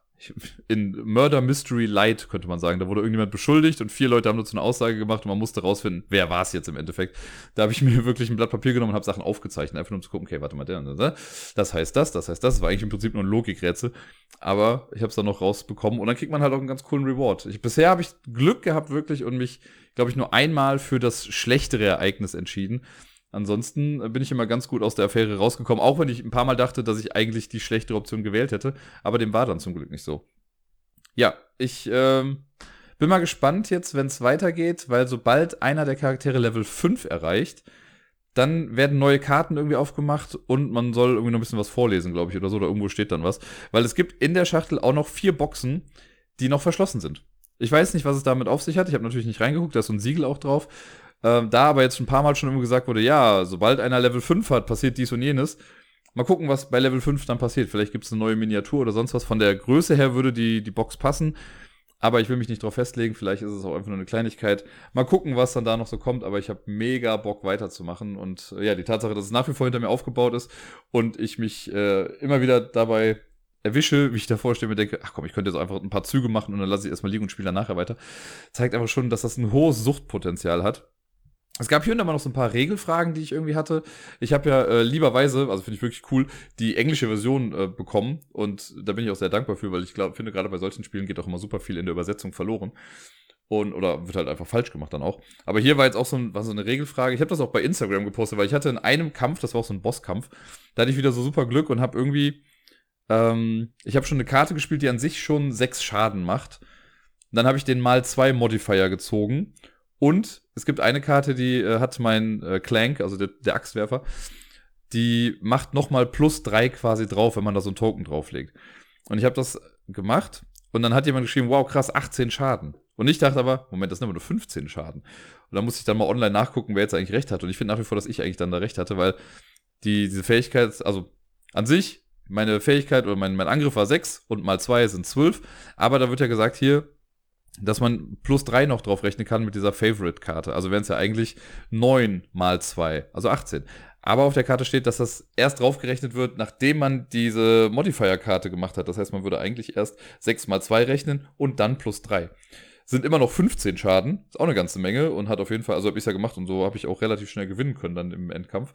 in Murder Mystery Light, könnte man sagen. Da wurde irgendjemand beschuldigt und 4 Leute haben dazu eine Aussage gemacht und man musste rausfinden, wer war es jetzt im Endeffekt. Da habe ich mir wirklich ein Blatt Papier genommen und habe Sachen aufgezeichnet, einfach nur um zu gucken, okay, warte mal, das heißt das. Das war eigentlich im Prinzip nur ein Logikrätsel. Aber ich habe es dann noch rausbekommen und dann kriegt man halt auch einen ganz coolen Reward. Bisher habe ich Glück gehabt wirklich und mich, glaube ich, nur einmal für das schlechtere Ereignis entschieden. Ansonsten bin ich immer ganz gut aus der Affäre rausgekommen, auch wenn ich ein paar Mal dachte, dass ich eigentlich die schlechtere Option gewählt hätte. Aber dem war dann zum Glück nicht so. Ja, ich bin mal gespannt jetzt, wenn es weitergeht, weil sobald einer der Charaktere Level 5 erreicht, dann werden neue Karten irgendwie aufgemacht und man soll irgendwie noch ein bisschen was vorlesen, glaube ich, oder so, oder irgendwo steht dann was. Weil es gibt in der Schachtel auch noch 4 Boxen, die noch verschlossen sind. Ich weiß nicht, was es damit auf sich hat. Ich habe natürlich nicht reingeguckt, da ist so ein Siegel auch drauf. Da aber jetzt ein paar Mal schon immer gesagt wurde, ja, sobald einer Level 5 hat, passiert dies und jenes. Mal gucken, was bei Level 5 dann passiert. Vielleicht gibt es eine neue Miniatur oder sonst was. Von der Größe her würde die Box passen. Aber ich will mich nicht drauf festlegen. Vielleicht ist es auch einfach nur eine Kleinigkeit. Mal gucken, was dann da noch so kommt. Aber ich habe mega Bock weiterzumachen. Und ja, die Tatsache, dass es nach wie vor hinter mir aufgebaut ist und ich mich immer wieder dabei erwische, wie ich davor stehe und mir denke, ach komm, ich könnte jetzt einfach ein paar Züge machen und dann lasse ich erstmal liegen und spiele dann nachher weiter. Zeigt einfach schon, dass das ein hohes Suchtpotenzial hat. Es gab hier und da mal noch so ein paar Regelfragen, die ich irgendwie hatte. Ich habe ja lieberweise, also finde ich wirklich cool, die englische Version bekommen. Und da bin ich auch sehr dankbar für, weil ich finde, gerade bei solchen Spielen geht auch immer super viel in der Übersetzung verloren. Oder wird halt einfach falsch gemacht dann auch. Aber hier war jetzt auch war so eine Regelfrage. Ich habe das auch bei Instagram gepostet, weil ich hatte in einem Kampf, das war auch so ein Bosskampf, da hatte ich wieder so super Glück und habe irgendwie, ich habe schon eine Karte gespielt, die an sich schon 6 Schaden macht. Und dann habe ich den mal 2 Modifier gezogen. Und es gibt eine Karte, die hat mein Clank, also der Axtwerfer, die macht nochmal +3 quasi drauf, wenn man da so einen Token drauflegt. Und ich habe das gemacht und dann hat jemand geschrieben, wow, krass, 18 Schaden. Und ich dachte aber, Moment, das sind aber nur 15 Schaden. Und dann musste ich dann mal online nachgucken, wer jetzt eigentlich recht hat. Und ich finde nach wie vor, dass ich eigentlich dann da recht hatte, weil diese Fähigkeit, also an sich, meine Fähigkeit oder mein Angriff war 6 und mal 2 sind 12. Aber da wird ja gesagt hier, dass man +3 noch drauf rechnen kann mit dieser Favorite-Karte. Also wären es ja eigentlich 9 mal 2, also 18. Aber auf der Karte steht, dass das erst draufgerechnet wird, nachdem man diese Modifier-Karte gemacht hat. Das heißt, man würde eigentlich erst 6 mal 2 rechnen und dann +3. Sind immer noch 15 Schaden, ist auch eine ganze Menge und hat auf jeden Fall, also habe ich es ja gemacht und so habe ich auch relativ schnell gewinnen können dann im Endkampf.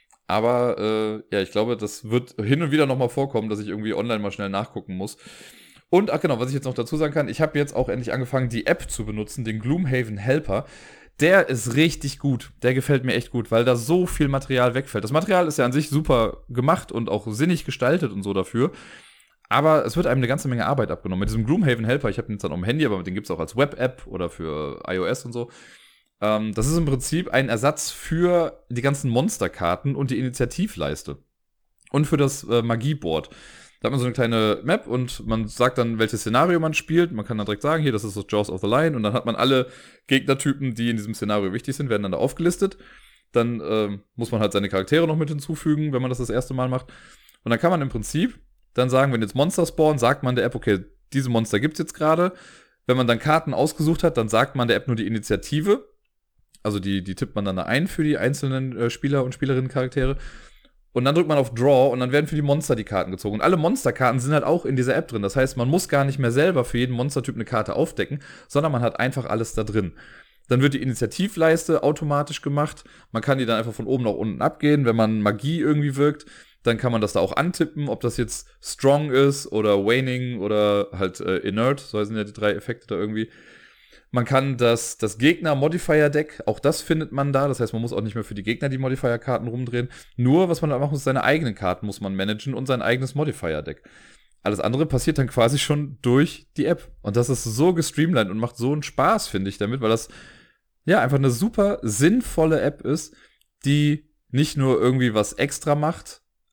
Aber ja, ich glaube, das wird hin und wieder nochmal vorkommen, dass ich irgendwie online mal schnell nachgucken muss. Und, ach genau, was ich jetzt noch dazu sagen kann, ich habe jetzt auch endlich angefangen, die App zu benutzen, den Gloomhaven Helper. Der ist richtig gut. Der gefällt mir echt gut, weil da so viel Material wegfällt. Das Material ist ja an sich super gemacht und auch sinnig gestaltet und so dafür. Aber es wird einem eine ganze Menge Arbeit abgenommen. Mit diesem Gloomhaven Helper, ich habe den jetzt dann am Handy, aber den gibt es auch als Web-App oder für iOS und so. Das ist im Prinzip ein Ersatz für die ganzen Monsterkarten und die Initiativleiste. Und für das Magieboard. Da hat man so eine kleine Map und man sagt dann, welches Szenario man spielt. Man kann dann direkt sagen, hier, das ist das Jaws of the Lion. Und dann hat man alle Gegnertypen, die in diesem Szenario wichtig sind, werden dann da aufgelistet. Dann muss man halt seine Charaktere noch mit hinzufügen, wenn man das erste Mal macht. Und dann kann man im Prinzip dann sagen, wenn jetzt Monster spawnen, sagt man der App, okay, diese Monster gibt's jetzt gerade. Wenn man dann Karten ausgesucht hat, dann sagt man der App nur die Initiative. Also die tippt man dann da ein für die einzelnen Spieler und Spielerinnen-Charaktere. Und dann drückt man auf Draw und dann werden für die Monster die Karten gezogen. Und alle Monsterkarten sind halt auch in dieser App drin. Das heißt, man muss gar nicht mehr selber für jeden Monstertyp eine Karte aufdecken, sondern man hat einfach alles da drin. Dann wird die Initiativleiste automatisch gemacht. Man kann die dann einfach von oben nach unten abgehen. Wenn man Magie irgendwie wirkt, dann kann man das da auch antippen, ob das jetzt Strong ist oder Waning oder halt Inert. So sind ja die 3 Effekte da irgendwie. Man kann das Gegner-Modifier-Deck, auch das findet man da. Das heißt, man muss auch nicht mehr für die Gegner die Modifier-Karten rumdrehen. Nur, was man da machen muss, seine eigenen Karten muss man managen und sein eigenes Modifier-Deck. Alles andere passiert dann quasi schon durch die App. Und das ist so gestreamlined und macht so einen Spaß, finde ich, damit, weil das ja einfach eine super sinnvolle App ist, die nicht nur irgendwie was extra macht,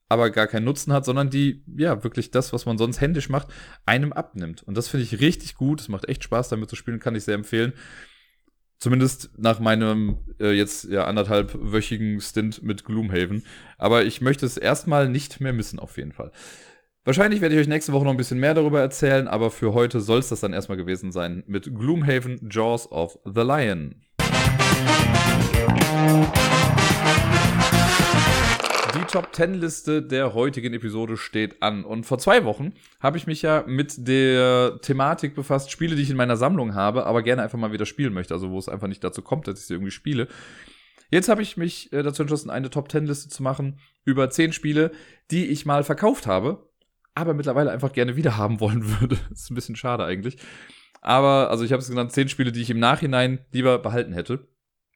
aber gar keinen Nutzen hat, sondern die, ja, wirklich das, was man sonst händisch macht, einem abnimmt. Und das finde ich richtig gut. Es macht echt Spaß, damit zu spielen, kann ich sehr empfehlen. Zumindest nach meinem jetzt ja 1,5-wöchigen Stint mit Gloomhaven. Aber ich möchte es erstmal nicht mehr missen, auf jeden Fall. Wahrscheinlich werde ich euch nächste Woche noch ein bisschen mehr darüber erzählen, aber für heute soll es das dann erstmal gewesen sein mit Gloomhaven Jaws of the Lion. Die Top-10-Liste der heutigen Episode steht an. Und vor 2 Wochen habe ich mich ja mit der Thematik befasst, Spiele, die ich in meiner Sammlung habe, aber gerne einfach mal wieder spielen möchte. Also wo es einfach nicht dazu kommt, dass ich sie irgendwie spiele. Jetzt habe ich mich dazu entschlossen, eine Top-10-Liste zu machen über 10 Spiele, die ich mal verkauft habe, aber mittlerweile einfach gerne wieder haben wollen würde. Das ist ein bisschen schade eigentlich. Aber, also ich habe es genannt, 10 Spiele, die ich im Nachhinein lieber behalten hätte.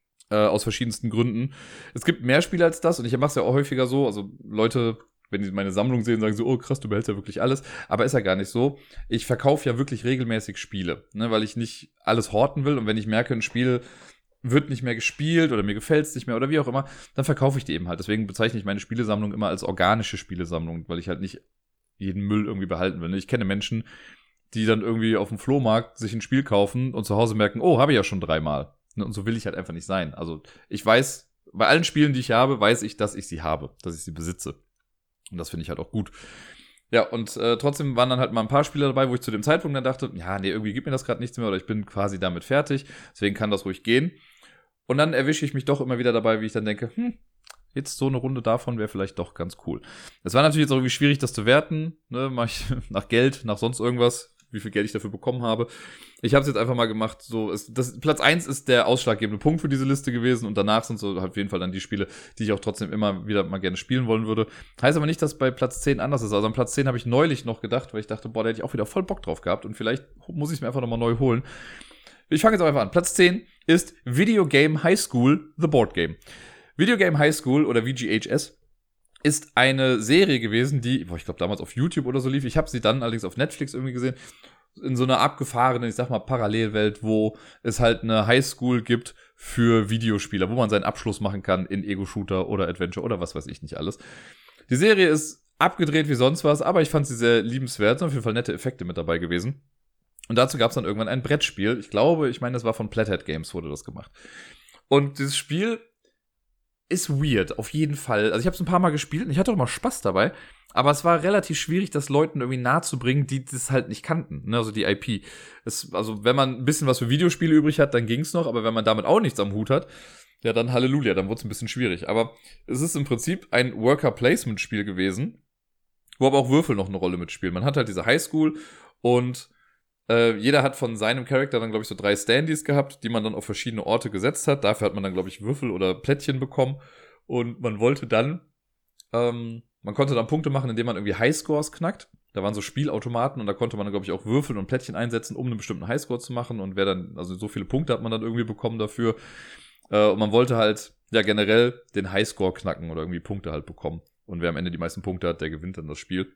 Aus verschiedensten Gründen. Es gibt mehr Spiele als das und ich mache es ja auch häufiger so. Also Leute, wenn die meine Sammlung sehen, sagen so, oh krass, du behältst ja wirklich alles. Aber ist ja gar nicht so. Ich verkaufe ja wirklich regelmäßig Spiele, ne, weil ich nicht alles horten will. Und wenn ich merke, ein Spiel wird nicht mehr gespielt oder mir gefällt es nicht mehr oder wie auch immer, dann verkaufe ich die eben halt. Deswegen bezeichne ich meine Spielesammlung immer als organische Spielesammlung, weil ich halt nicht jeden Müll irgendwie behalten will. Ich kenne Menschen, die dann irgendwie auf dem Flohmarkt sich ein Spiel kaufen und zu Hause merken, oh, habe ich ja schon 3-mal. Und so will ich halt einfach nicht sein. Also ich weiß, bei allen Spielen, die ich habe, weiß ich, dass ich sie habe, dass ich sie besitze. Und das finde ich halt auch gut. Ja, und trotzdem waren dann halt mal ein paar Spiele dabei, wo ich zu dem Zeitpunkt dann dachte, ja, nee, irgendwie gibt mir das gerade nichts mehr oder ich bin quasi damit fertig. Deswegen kann das ruhig gehen. Und dann erwische ich mich doch immer wieder dabei, wie ich dann denke, jetzt so eine Runde davon wäre vielleicht doch ganz cool. Es war natürlich jetzt auch irgendwie schwierig, das zu werten. Ne? Mach ich nach Geld, nach sonst irgendwas, wie viel Geld ich dafür bekommen habe. Ich habe es jetzt einfach mal gemacht, so, Platz 1 ist der ausschlaggebende Punkt für diese Liste gewesen und danach sind so auf jeden Fall dann die Spiele, die ich auch trotzdem immer wieder mal gerne spielen wollen würde. Heißt aber nicht, dass bei Platz 10 anders ist. Also an Platz 10 habe ich neulich noch gedacht, weil ich dachte, boah, da hätte ich auch wieder voll Bock drauf gehabt und vielleicht muss ich es mir einfach nochmal neu holen. Ich fange jetzt auch einfach an. Platz 10 ist Video Game High School, The Board Game. Video Game High School oder VGHS ist eine Serie gewesen, die, ich glaube damals auf YouTube oder so lief. Ich habe sie dann allerdings auf Netflix irgendwie gesehen. In so einer abgefahrenen, ich sag mal, Parallelwelt, wo es halt eine Highschool gibt für Videospieler, wo man seinen Abschluss machen kann in Ego-Shooter oder Adventure oder was weiß ich nicht alles. Die Serie ist abgedreht wie sonst was, aber ich fand sie sehr liebenswert. Sind auf jeden Fall nette Effekte mit dabei gewesen. Und dazu gab es dann irgendwann ein Brettspiel. Ich meine, das war von Plathead Games, wurde das gemacht. Und dieses Spiel ist weird, auf jeden Fall. Also ich habe es ein paar Mal gespielt und ich hatte auch mal Spaß dabei. Aber es war relativ schwierig, das Leuten irgendwie nahezubringen, die das halt nicht kannten, ne? Also die IP. Also wenn man ein bisschen was für Videospiele übrig hat, dann ging's noch. Aber wenn man damit auch nichts am Hut hat, ja dann Halleluja, dann wurde es ein bisschen schwierig. Aber es ist im Prinzip ein Worker-Placement-Spiel gewesen, wo aber auch Würfel noch eine Rolle mitspielen. Man hat halt diese Highschool und jeder hat von seinem Charakter dann, glaube ich, so 3 Standees gehabt, die man dann auf verschiedene Orte gesetzt hat. Dafür hat man dann, glaube ich, Würfel oder Plättchen bekommen. Und man wollte dann, man konnte dann Punkte machen, indem man irgendwie Highscores knackt. Da waren so Spielautomaten und da konnte man dann, glaube ich, auch Würfel und Plättchen einsetzen, um einen bestimmten Highscore zu machen. Und wer dann, also so viele Punkte hat man dann irgendwie bekommen dafür. Und man wollte halt, ja, generell den Highscore knacken oder irgendwie Punkte halt bekommen. Und wer am Ende die meisten Punkte hat, der gewinnt dann das Spiel.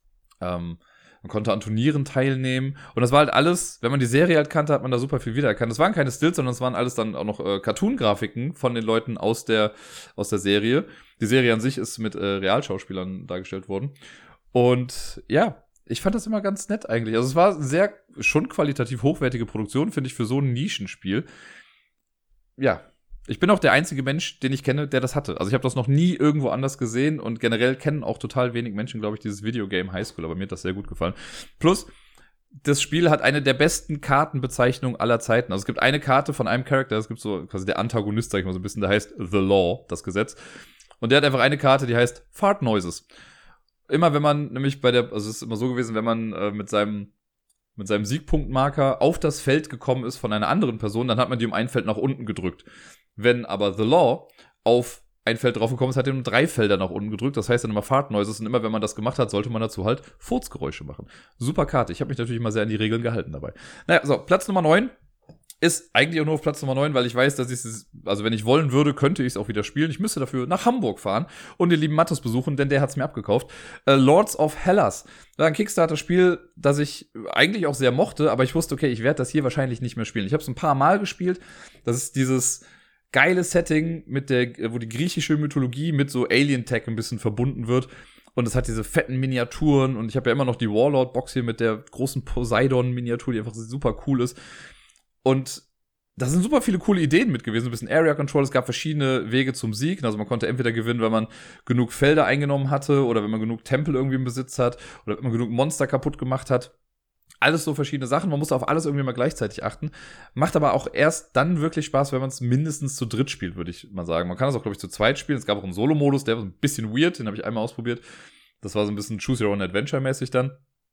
Man konnte an Turnieren teilnehmen. Und das war halt alles, wenn man die Serie halt kannte, hat man da super viel wiedererkannt. Das waren keine Stills, sondern es waren alles dann auch noch Cartoon-Grafiken von den Leuten aus der Serie. Die Serie an sich ist mit Realschauspielern dargestellt worden. Und ja, ich fand das immer ganz nett eigentlich. Also es war sehr, schon qualitativ hochwertige Produktion, finde ich, für so ein Nischenspiel. Ja, ich bin auch der einzige Mensch, den ich kenne, der das hatte. Also ich habe das noch nie irgendwo anders gesehen und generell kennen auch total wenig Menschen, glaube ich, dieses Videogame High School, aber mir hat das sehr gut gefallen. Plus, das Spiel hat eine der besten Kartenbezeichnungen aller Zeiten. Also es gibt eine Karte von einem Charakter, es gibt so quasi der Antagonist, sag ich mal so ein bisschen, der heißt The Law, das Gesetz. Und der hat einfach eine Karte, die heißt Fart Noises. Immer wenn man nämlich also es ist immer so gewesen, wenn man mit seinem Siegpunktmarker auf das Feld gekommen ist von einer anderen Person, dann hat man die um ein Feld nach unten gedrückt. Wenn aber The Law auf ein Feld draufgekommen ist, hat er um 3 Felder nach unten gedrückt. Das heißt dann immer Fart Noises und immer wenn man das gemacht hat, sollte man dazu halt Furzgeräusche machen. Super Karte. Ich habe mich natürlich immer sehr an die Regeln gehalten dabei. Naja, so, Platz Nummer 9 ist eigentlich auch nur auf Platz Nummer 9, weil ich weiß, dass also wenn ich wollen würde, könnte ich es auch wieder spielen. Ich müsste dafür nach Hamburg fahren und den lieben Mattes besuchen, denn der hat es mir abgekauft. Lords of Hellas. Das war ein Kickstarter-Spiel, das ich eigentlich auch sehr mochte, aber ich wusste, okay, ich werde das hier wahrscheinlich nicht mehr spielen. Ich habe es ein paar Mal gespielt. Das ist dieses geile Setting, wo die griechische Mythologie mit so Alien-Tech ein bisschen verbunden wird. Und es hat diese fetten Miniaturen und ich habe ja immer noch die Warlord-Box hier mit der großen Poseidon-Miniatur, die einfach super cool ist. Und da sind super viele coole Ideen mit gewesen, ein bisschen Area Control. Es gab verschiedene Wege zum Sieg. Also man konnte entweder gewinnen, wenn man genug Felder eingenommen hatte oder wenn man genug Tempel irgendwie im Besitz hat oder wenn man genug Monster kaputt gemacht hat. Alles so verschiedene Sachen. Man muss auf alles irgendwie mal gleichzeitig achten. Macht aber auch erst dann wirklich Spaß, wenn man es mindestens zu dritt spielt, würde ich mal sagen. Man kann das auch, glaube ich, zu zweit spielen. Es gab auch einen Solo-Modus, der war ein bisschen weird. Den habe ich einmal ausprobiert. Das war so ein bisschen Choose-Your-Own-Adventure-mäßig dann.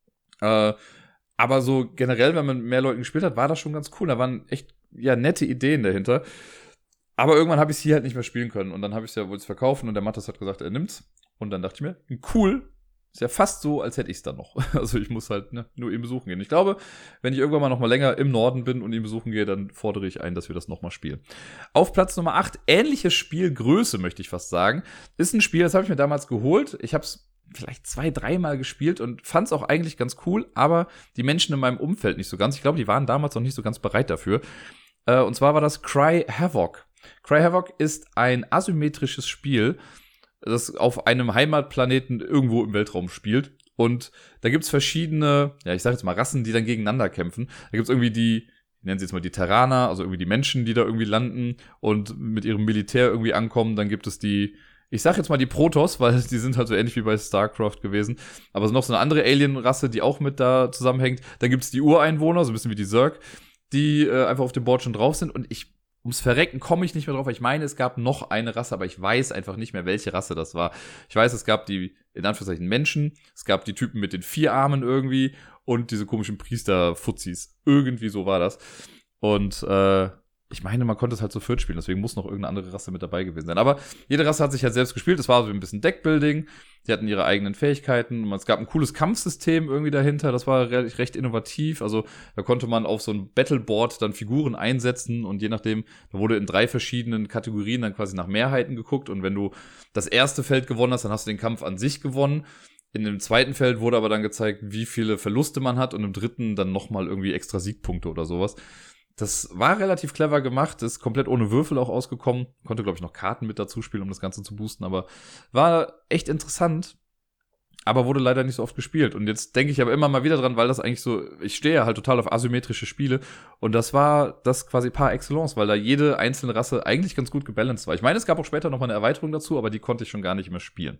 Aber so generell, wenn man mit mehr Leuten gespielt hat, war das schon ganz cool. Da waren echt nette Ideen dahinter. Aber irgendwann habe ich es hier halt nicht mehr spielen können. Und dann habe ich es wollte es verkaufen und der Mathis hat gesagt, er nimmt's. Und dann dachte ich mir, cool. Ist ja fast so, als hätte ich es dann noch. Also ich muss halt nur ihn besuchen gehen. Ich glaube, wenn ich irgendwann mal noch mal länger im Norden bin und ihn besuchen gehe, dann fordere ich ein, dass wir das noch mal spielen. Auf Platz Nummer 8, ähnliche Spielgröße, möchte ich fast sagen. Ist ein Spiel, das habe ich mir damals geholt. Ich habe es vielleicht 2-3 Mal gespielt und fand es auch eigentlich ganz cool, aber die Menschen in meinem Umfeld nicht so ganz. Ich glaube, die waren damals noch nicht so ganz bereit dafür. Und zwar war das Cry Havoc. Cry Havoc ist ein asymmetrisches Spiel, das auf einem Heimatplaneten irgendwo im Weltraum spielt. Und da gibt's verschiedene, ich sag jetzt mal Rassen, die dann gegeneinander kämpfen. Da gibt's irgendwie die, nennen sie jetzt mal die Terraner, also irgendwie die Menschen, die da irgendwie landen und mit ihrem Militär irgendwie ankommen. Dann gibt es die, ich sag jetzt mal die Protoss, weil die sind halt so ähnlich wie bei StarCraft gewesen. Aber es ist noch so eine andere Alien-Rasse, die auch mit da zusammenhängt. Dann gibt's die Ureinwohner, so ein bisschen wie die Zerg, die einfach auf dem Board schon drauf sind. Und ums Verrecken komme ich nicht mehr drauf, weil ich meine, es gab noch eine Rasse, aber ich weiß einfach nicht mehr, welche Rasse das war. Ich weiß, es gab die, in Anführungszeichen, Menschen, es gab die Typen mit den 4 Armen irgendwie und diese komischen Priester-Fuzis. Irgendwie so war das. Und ich meine, man konnte es halt zu viert spielen, deswegen muss noch irgendeine andere Rasse mit dabei gewesen sein. Aber jede Rasse hat sich halt selbst gespielt, es war so ein bisschen Deckbuilding, die hatten ihre eigenen Fähigkeiten, und es gab ein cooles Kampfsystem irgendwie dahinter, das war recht innovativ, also da konnte man auf so ein Battleboard dann Figuren einsetzen und je nachdem, da wurde in 3 verschiedenen Kategorien dann quasi nach Mehrheiten geguckt und wenn du das erste Feld gewonnen hast, dann hast du den Kampf an sich gewonnen. In dem zweiten Feld wurde aber dann gezeigt, wie viele Verluste man hat und im dritten dann nochmal irgendwie extra Siegpunkte oder sowas. Das war relativ clever gemacht, ist komplett ohne Würfel auch ausgekommen. Konnte, glaube ich, noch Karten mit dazu spielen, um das Ganze zu boosten, aber war echt interessant, aber wurde leider nicht so oft gespielt. Und jetzt denke ich aber immer mal wieder dran, weil das eigentlich so, ich stehe ja halt total auf asymmetrische Spiele und das war das quasi par excellence, weil da jede einzelne Rasse eigentlich ganz gut gebalanced war. Ich meine, es gab auch später noch mal eine Erweiterung dazu, aber die konnte ich schon gar nicht mehr spielen.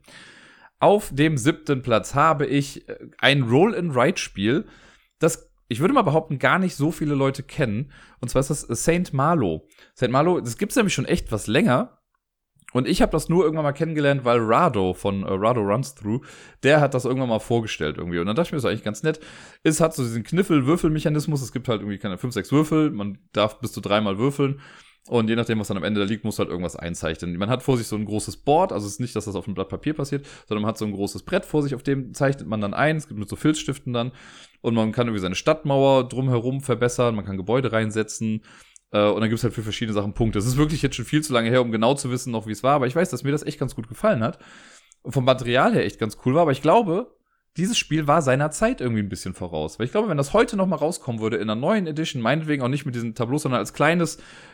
Auf dem 7. Platz habe ich ein Roll-and-Write-Spiel, das ich würde mal behaupten, gar nicht so viele Leute kennen. Und zwar ist das Saint Malo. Saint Malo, das gibt's nämlich schon echt was länger. Und ich habe das nur irgendwann mal kennengelernt, weil Rado von Rado Runs Through, der hat das irgendwann mal vorgestellt irgendwie. Und dann dachte ich mir, das ist eigentlich ganz nett. Es hat so diesen Kniffel-Würfel-Mechanismus. Es gibt halt irgendwie keine 5, 6 Würfel. Man darf bis zu 3 Mal würfeln. Und je nachdem, was dann am Ende da liegt, muss halt irgendwas einzeichnen. Man hat vor sich so ein großes Board, also es ist nicht, dass das auf einem Blatt Papier passiert, sondern man hat so ein großes Brett vor sich, auf dem zeichnet man dann ein. Es gibt mit so Filzstiften dann. Und man kann irgendwie seine Stadtmauer drumherum verbessern, man kann Gebäude reinsetzen. Und dann gibt es halt für verschiedene Sachen Punkte. Es ist wirklich jetzt schon viel zu lange her, um genau zu wissen, noch wie es war. Aber ich weiß, dass mir das echt ganz gut gefallen hat. Und vom Material her echt ganz cool war. Aber ich glaube, dieses Spiel war seiner Zeit irgendwie ein bisschen voraus. Weil ich glaube, wenn das heute noch mal rauskommen würde in einer neuen Edition, meinetwegen auch nicht mit diesen Tableaus, sondern als kleines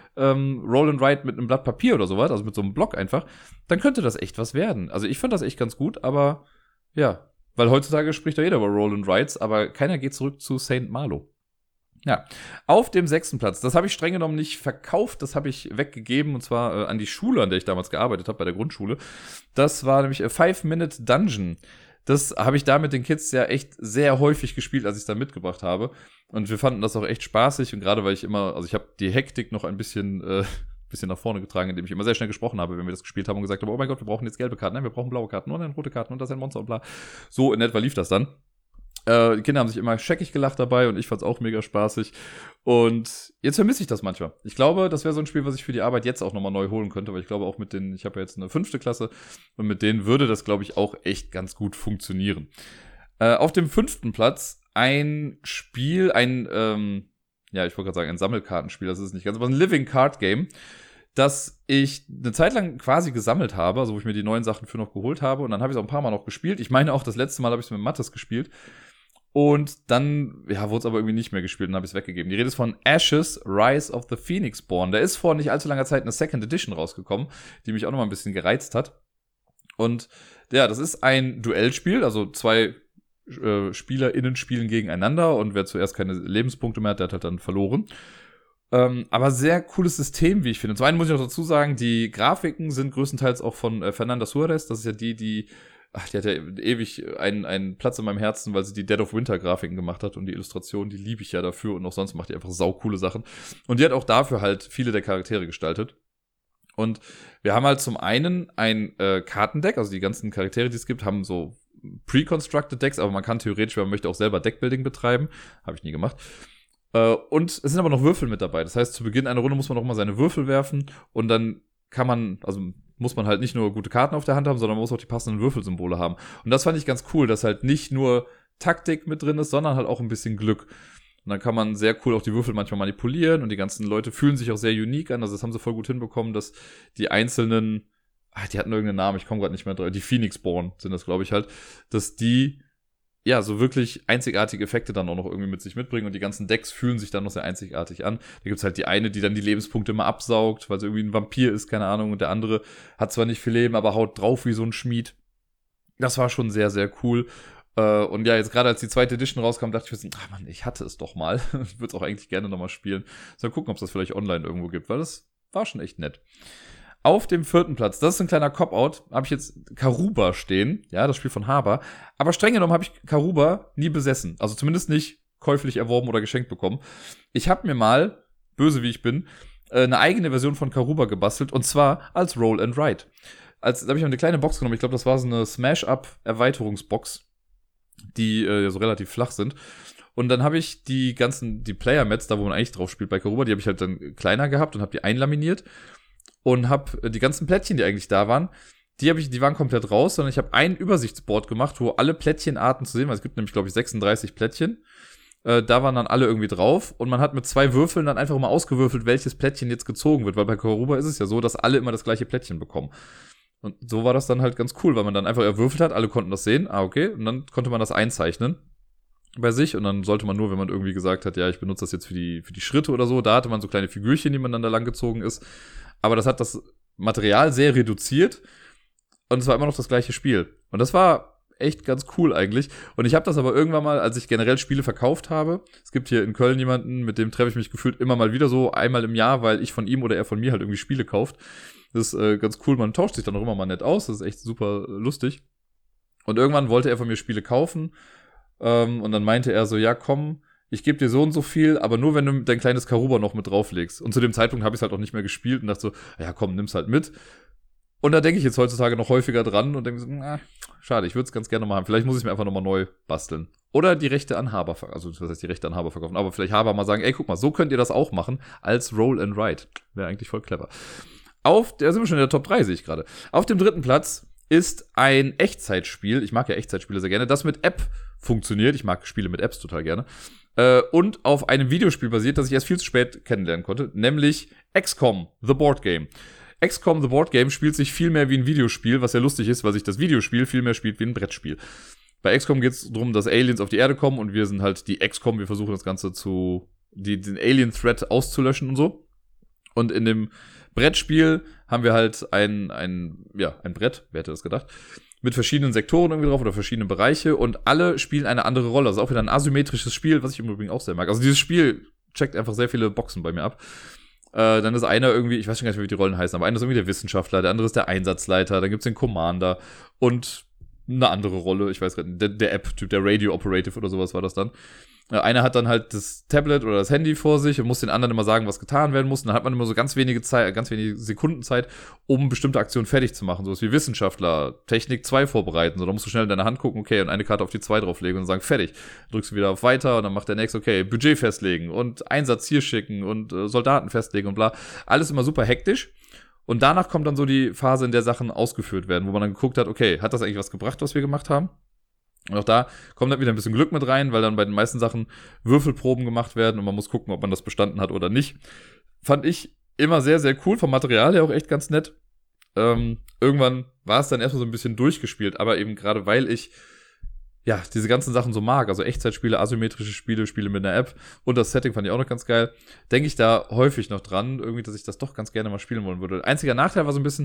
Roll and Write mit einem Blatt Papier oder sowas, also mit so einem Block einfach, dann könnte das echt was werden. Also ich fand das echt ganz gut, aber ja, weil heutzutage spricht da jeder über Roll and Writes, aber keiner geht zurück zu Saint Malo. Ja, auf dem 6. Platz, das habe ich streng genommen nicht verkauft, das habe ich weggegeben und zwar an die Schule, an der ich damals gearbeitet habe, bei der Grundschule. Das war nämlich a 5-Minute Dungeon. Das habe ich da mit den Kids ja echt sehr häufig gespielt, als ich es da mitgebracht habe. Und wir fanden das auch echt spaßig. Und gerade weil ich habe die Hektik noch ein bisschen nach vorne getragen, indem ich immer sehr schnell gesprochen habe, wenn wir das gespielt haben und gesagt haben, oh mein Gott, wir brauchen jetzt gelbe Karten, nein, wir brauchen blaue Karten und dann rote Karten und das ist ein Monster und bla. So in etwa lief das dann. Die Kinder haben sich immer scheckig gelacht dabei und ich fand's auch mega spaßig. Und jetzt vermisse ich das manchmal. Ich glaube, das wäre so ein Spiel, was ich für die Arbeit jetzt auch nochmal neu holen könnte, weil ich glaube auch ich habe ja jetzt eine 5. Klasse und mit denen würde das, glaube ich, auch echt ganz gut funktionieren. Auf dem 5. Platz ein Spiel, ich wollte gerade sagen, ein Sammelkartenspiel, das ist es nicht ganz, aber ein Living Card Game, das ich eine Zeit lang quasi gesammelt habe, also wo ich mir die neuen Sachen für noch geholt habe und dann habe ich es auch ein paar Mal noch gespielt. Ich meine auch, das letzte Mal habe ich es mit Mattes gespielt. Und dann, wurde es aber irgendwie nicht mehr gespielt und habe ich es weggegeben. Die Rede ist von Ashes, Rise of the Phoenixborn. Da ist vor nicht allzu langer Zeit eine Second Edition rausgekommen, die mich auch noch mal ein bisschen gereizt hat. Und ja, das ist ein Duellspiel, also 2 SpielerInnen spielen gegeneinander und wer zuerst keine Lebenspunkte mehr hat, der hat halt dann verloren. Aber sehr cooles System, wie ich finde. Zum einen muss ich auch dazu sagen, die Grafiken sind größtenteils auch von Fernanda Suarez. Das ist ja die hat ja ewig einen Platz in meinem Herzen, weil sie die Dead of Winter Grafiken gemacht hat und die Illustrationen, die liebe ich ja dafür und auch sonst macht die einfach saucoole Sachen. Und die hat auch dafür halt viele der Charaktere gestaltet. Und wir haben halt zum einen ein Kartendeck, also die ganzen Charaktere, die es gibt, haben so pre-constructed Decks, aber man kann theoretisch, wenn man möchte, auch selber Deckbuilding betreiben. Habe ich nie gemacht. Und es sind aber noch Würfel mit dabei. Das heißt, zu Beginn einer Runde muss man auch mal seine Würfel werfen und dann kann man, also muss man halt nicht nur gute Karten auf der Hand haben, sondern man muss auch die passenden Würfelsymbole haben. Und das fand ich ganz cool, dass halt nicht nur Taktik mit drin ist, sondern halt auch ein bisschen Glück. Und dann kann man sehr cool auch die Würfel manchmal manipulieren und die ganzen Leute fühlen sich auch sehr unique an. Also das haben sie voll gut hinbekommen, dass die einzelnen, die hatten irgendeinen Namen, ich komme gerade nicht mehr drauf, die Phoenixborn sind das, glaube ich halt, dass die ja so wirklich einzigartige Effekte dann auch noch irgendwie mit sich mitbringen und die ganzen Decks fühlen sich dann noch sehr einzigartig an. Da gibt's halt die eine, die dann die Lebenspunkte immer absaugt, weil sie irgendwie ein Vampir ist, keine Ahnung, und der andere hat zwar nicht viel Leben, aber haut drauf wie so ein Schmied. Das war schon sehr, sehr cool. Und ja, jetzt gerade als die 2. Edition rauskam, dachte ich mir, Mann, ich hatte es doch mal. Ich würde es auch eigentlich gerne nochmal spielen. So, gucken, ob es das vielleicht online irgendwo gibt, weil das war schon echt nett. Auf dem 4. Platz, das ist ein kleiner Cop-Out, habe ich jetzt Karuba stehen. Ja, das Spiel von Haber. Aber streng genommen habe ich Karuba nie besessen. Also zumindest nicht käuflich erworben oder geschenkt bekommen. Ich habe mir mal, böse wie ich bin, eine eigene Version von Karuba gebastelt. Und zwar als Roll and Write. Da habe ich mir eine kleine Box genommen. Ich glaube, das war so eine Smash-Up-Erweiterungsbox, die so relativ flach sind. Und dann habe ich die Player-Mats, da wo man eigentlich drauf spielt bei Karuba, die habe ich halt dann kleiner gehabt und habe die einlaminiert. Und habe die ganzen Plättchen, die eigentlich da waren, die waren komplett raus, sondern ich habe ein Übersichtsboard gemacht, wo alle Plättchenarten zu sehen waren. Es gibt nämlich, glaube ich, 36 Plättchen. Da waren dann alle irgendwie drauf. Und man hat mit 2 Würfeln dann einfach mal ausgewürfelt, welches Plättchen jetzt gezogen wird. Weil bei Karuba ist es ja so, dass alle immer das gleiche Plättchen bekommen. Und so war das dann halt ganz cool, weil man dann einfach erwürfelt hat, alle konnten das sehen. Okay. Und dann konnte man das einzeichnen bei sich. Und dann sollte man nur, wenn man irgendwie gesagt hat, ja, ich benutze das jetzt für die Schritte oder so, da hatte man so kleine Figürchen, die man dann da lang gezogen ist. Aber das hat das Material sehr reduziert und es war immer noch das gleiche Spiel. Und das war echt ganz cool eigentlich. Und ich habe das aber irgendwann mal, als ich generell Spiele verkauft habe, es gibt hier in Köln jemanden, mit dem treffe ich mich gefühlt immer mal wieder so, einmal im Jahr, weil ich von ihm oder er von mir halt irgendwie Spiele kauft. Das ist ganz cool, man tauscht sich dann auch immer mal nett aus, das ist echt super lustig. Und irgendwann wollte er von mir Spiele kaufen und dann meinte er so, ja komm, ich gebe dir so und so viel, aber nur, wenn du dein kleines Karuba noch mit drauflegst. Und zu dem Zeitpunkt habe ich es halt auch nicht mehr gespielt und dachte so, ja komm, nimm's halt mit. Und da denke ich jetzt heutzutage noch häufiger dran und denke so, schade, ich würde es ganz gerne mal haben. Vielleicht muss ich es mir einfach nochmal neu basteln. Oder die Rechte an Haber verkaufen, also das heißt die Rechte an Haber verkaufen. Aber vielleicht Haber mal sagen, ey, guck mal, so könnt ihr das auch machen als Roll and Write. Wäre eigentlich voll clever. Da sind wir schon in der Top 3, sehe ich gerade. Auf dem 3. Platz ist ein Echtzeitspiel. Ich mag ja Echtzeitspiele sehr gerne, das mit App funktioniert. Ich mag Spiele mit Apps total gerne. Und auf einem Videospiel basiert, das ich erst viel zu spät kennenlernen konnte, nämlich XCOM, The Board Game. XCOM, The Board Game spielt sich viel mehr wie ein Videospiel, was ja lustig ist, weil sich das Videospiel viel mehr spielt wie ein Brettspiel. Bei XCOM geht es darum, dass Aliens auf die Erde kommen und wir sind halt die XCOM, wir versuchen das Ganze den Alien-Threat auszulöschen und so. Und in dem Brettspiel haben wir halt ein Brett, wer hätte das gedacht, mit verschiedenen Sektoren irgendwie drauf oder verschiedene Bereiche und alle spielen eine andere Rolle. Also auch wieder ein asymmetrisches Spiel, was ich im Übrigen auch sehr mag. Also dieses Spiel checkt einfach sehr viele Boxen bei mir ab. Dann ist einer irgendwie, ich weiß schon gar nicht mehr, wie die Rollen heißen, aber einer ist irgendwie der Wissenschaftler, der andere ist der Einsatzleiter, dann gibt's den Commander und eine andere Rolle, ich weiß gar nicht, der App-Typ, der Radio Operative oder sowas war das dann. Einer hat dann halt das Tablet oder das Handy vor sich und muss den anderen immer sagen, was getan werden muss. Und dann hat man immer so ganz wenige Sekunden Zeit, um bestimmte Aktionen fertig zu machen. Sowas wie Wissenschaftler, Technik 2 vorbereiten. So, da musst du schnell in deine Hand gucken, okay, und eine Karte auf die 2 drauflegen und sagen, fertig. Dann drückst du wieder auf Weiter und dann macht der nächste, okay, Budget festlegen und Einsatz hier schicken und Soldaten festlegen und bla. Alles immer super hektisch. Und danach kommt dann so die Phase, in der Sachen ausgeführt werden, wo man dann geguckt hat, okay, hat das eigentlich was gebracht, was wir gemacht haben? Und auch da kommt dann wieder ein bisschen Glück mit rein, weil dann bei den meisten Sachen Würfelproben gemacht werden und man muss gucken, ob man das bestanden hat oder nicht. Fand ich immer sehr, sehr cool, vom Material her auch echt ganz nett. Irgendwann war es dann erstmal so ein bisschen durchgespielt, aber eben gerade weil ich ja diese ganzen Sachen so mag, also Echtzeitspiele, asymmetrische Spiele, Spiele mit einer App und das Setting fand ich auch noch ganz geil, denke ich da häufig noch dran, irgendwie, dass ich das doch ganz gerne mal spielen wollen würde. Einziger Nachteil war so ein bisschen,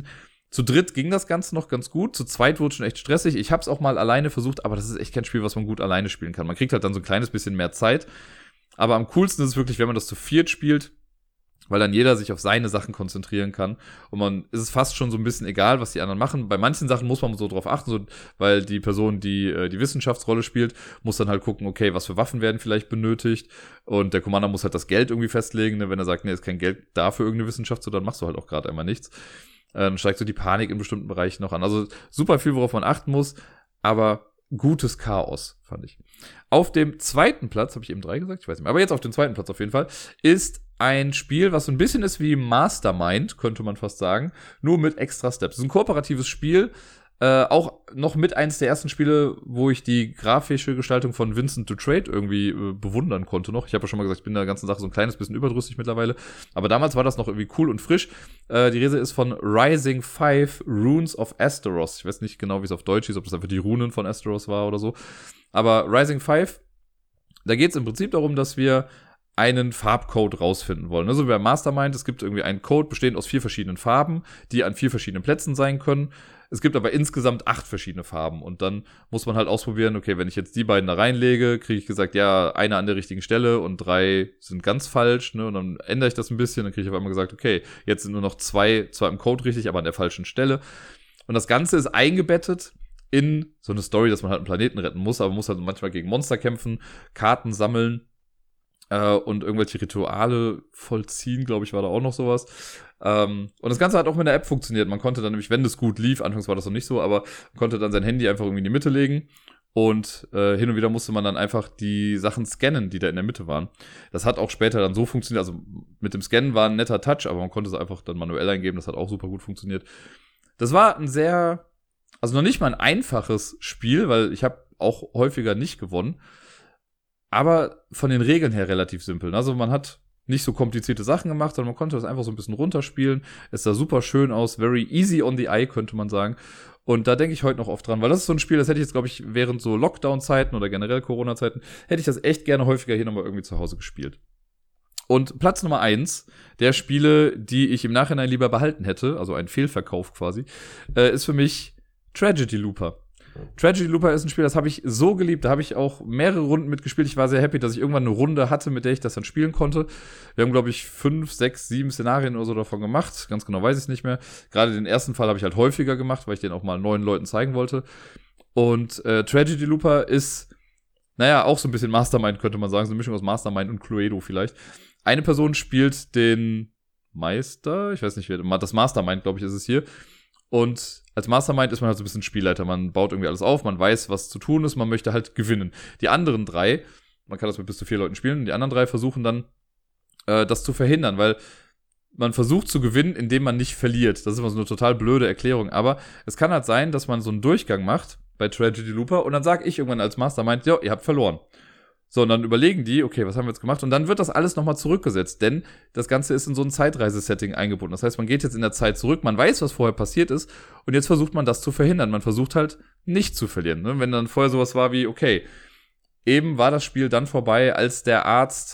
Zu dritt ging das Ganze noch ganz gut, zu zweit wurde schon echt stressig. Ich habe es auch mal alleine versucht, aber das ist echt kein Spiel, was man gut alleine spielen kann. Man kriegt halt dann so ein kleines bisschen mehr Zeit. Aber am coolsten ist es wirklich, wenn man das zu viert spielt, weil dann jeder sich auf seine Sachen konzentrieren kann. Und man ist es fast schon so ein bisschen egal, was die anderen machen. Bei manchen Sachen muss man so drauf achten, so, weil die Person, die die Wissenschaftsrolle spielt, muss dann halt gucken, okay, was für Waffen werden vielleicht benötigt. Und der Commander muss halt das Geld irgendwie festlegen. Ne? Wenn er sagt, nee, ist kein Geld da für irgendeine Wissenschaft, so dann machst du halt auch gerade einmal nichts. Dann steigt so die Panik in bestimmten Bereichen noch an. Also super viel, worauf man achten muss, aber gutes Chaos, fand ich. Auf dem zweiten Platz, habe ich eben 3 gesagt? Ich weiß nicht mehr, aber jetzt auf dem zweiten Platz auf jeden Fall, ist ein Spiel, was so ein bisschen ist wie Mastermind, könnte man fast sagen, nur mit extra Steps. Es ist ein kooperatives Spiel, auch noch mit eins der ersten Spiele, wo ich die grafische Gestaltung von Vincent to Trade irgendwie bewundern konnte noch. Ich habe ja schon mal gesagt, ich bin der ganzen Sache so ein kleines bisschen überdrüssig mittlerweile. Aber damals war das noch irgendwie cool und frisch. Die Rede ist von Rising 5 Runes of Asteros. Ich weiß nicht genau, wie es auf Deutsch ist, ob das einfach die Runen von Asteros war oder so. Aber Rising 5, da geht es im Prinzip darum, dass wir einen Farbcode rausfinden wollen. Also wie bei Mastermind, es gibt irgendwie einen Code bestehend aus 4 verschiedenen Farben, die an 4 verschiedenen Plätzen sein können. Es gibt aber insgesamt 8 verschiedene Farben und dann muss man halt ausprobieren, okay, wenn ich jetzt die beiden da reinlege, kriege ich gesagt, ja, eine an der richtigen Stelle und 3 sind ganz falsch, ne, und dann ändere ich das ein bisschen, dann kriege ich auf einmal gesagt, okay, jetzt sind nur noch 2 zwar im Code richtig, aber an der falschen Stelle. Und das Ganze ist eingebettet in so eine Story, dass man halt einen Planeten retten muss, aber man muss halt manchmal gegen Monster kämpfen, Karten sammeln, und irgendwelche Rituale vollziehen, glaube ich, war da auch noch sowas. Und das Ganze hat auch mit der App funktioniert. Man konnte dann nämlich, wenn das gut lief, anfangs war das noch nicht so, aber man konnte dann sein Handy einfach irgendwie in die Mitte legen und hin und wieder musste man dann einfach die Sachen scannen, die da in der Mitte waren. Das hat auch später dann so funktioniert, also mit dem Scannen war ein netter Touch, aber man konnte es einfach dann manuell eingeben, das hat auch super gut funktioniert. Das war also noch nicht mal ein einfaches Spiel, weil ich habe auch häufiger nicht gewonnen, aber von den Regeln her relativ simpel. Also man hat nicht so komplizierte Sachen gemacht, sondern man konnte das einfach so ein bisschen runterspielen. Es sah super schön aus, very easy on the eye, könnte man sagen. Und da denke ich heute noch oft dran, weil das ist so ein Spiel, das hätte ich jetzt, glaube ich, während so Lockdown-Zeiten oder generell Corona-Zeiten, hätte ich das echt gerne häufiger hier nochmal irgendwie zu Hause gespielt. Und Platz Nummer 1 der Spiele, die ich im Nachhinein lieber behalten hätte, also ein Fehlverkauf quasi, ist für mich Tragedy Looper. Tragedy Looper ist ein Spiel, das habe ich so geliebt. Da habe ich auch mehrere Runden mitgespielt. Ich war sehr happy, dass ich irgendwann eine Runde hatte, mit der ich das dann spielen konnte. Wir haben, glaube ich, 5, 6, 7 Szenarien oder so davon gemacht. Ganz genau weiß ich es nicht mehr. Gerade den ersten Fall habe ich halt häufiger gemacht, weil ich den auch mal neuen Leuten zeigen wollte. Und Tragedy Looper ist, naja, auch so ein bisschen Mastermind, könnte man sagen. So eine Mischung aus Mastermind und Cluedo vielleicht. Eine Person spielt den Meister, ich weiß nicht, wer, das Mastermind, glaube ich, ist es hier. Und als Mastermind ist man halt so ein bisschen Spielleiter. Man baut irgendwie alles auf, man weiß, was zu tun ist, man möchte halt gewinnen. Die anderen 3, man kann das mit bis zu 4 Leuten spielen, die anderen 3 versuchen dann, das zu verhindern, weil man versucht zu gewinnen, indem man nicht verliert. Das ist immer so eine total blöde Erklärung. Aber es kann halt sein, dass man so einen Durchgang macht bei Tragedy Looper und dann sage ich irgendwann als Mastermind, ja, ihr habt verloren. So, und dann überlegen die, okay, was haben wir jetzt gemacht? Und dann wird das alles nochmal zurückgesetzt, denn das Ganze ist in so ein Zeitreisesetting eingebunden. Das heißt, man geht jetzt in der Zeit zurück, man weiß, was vorher passiert ist und jetzt versucht man das zu verhindern. Man versucht halt nicht zu verlieren. Ne? Wenn dann vorher sowas war wie, okay, eben war das Spiel dann vorbei, als der Arzt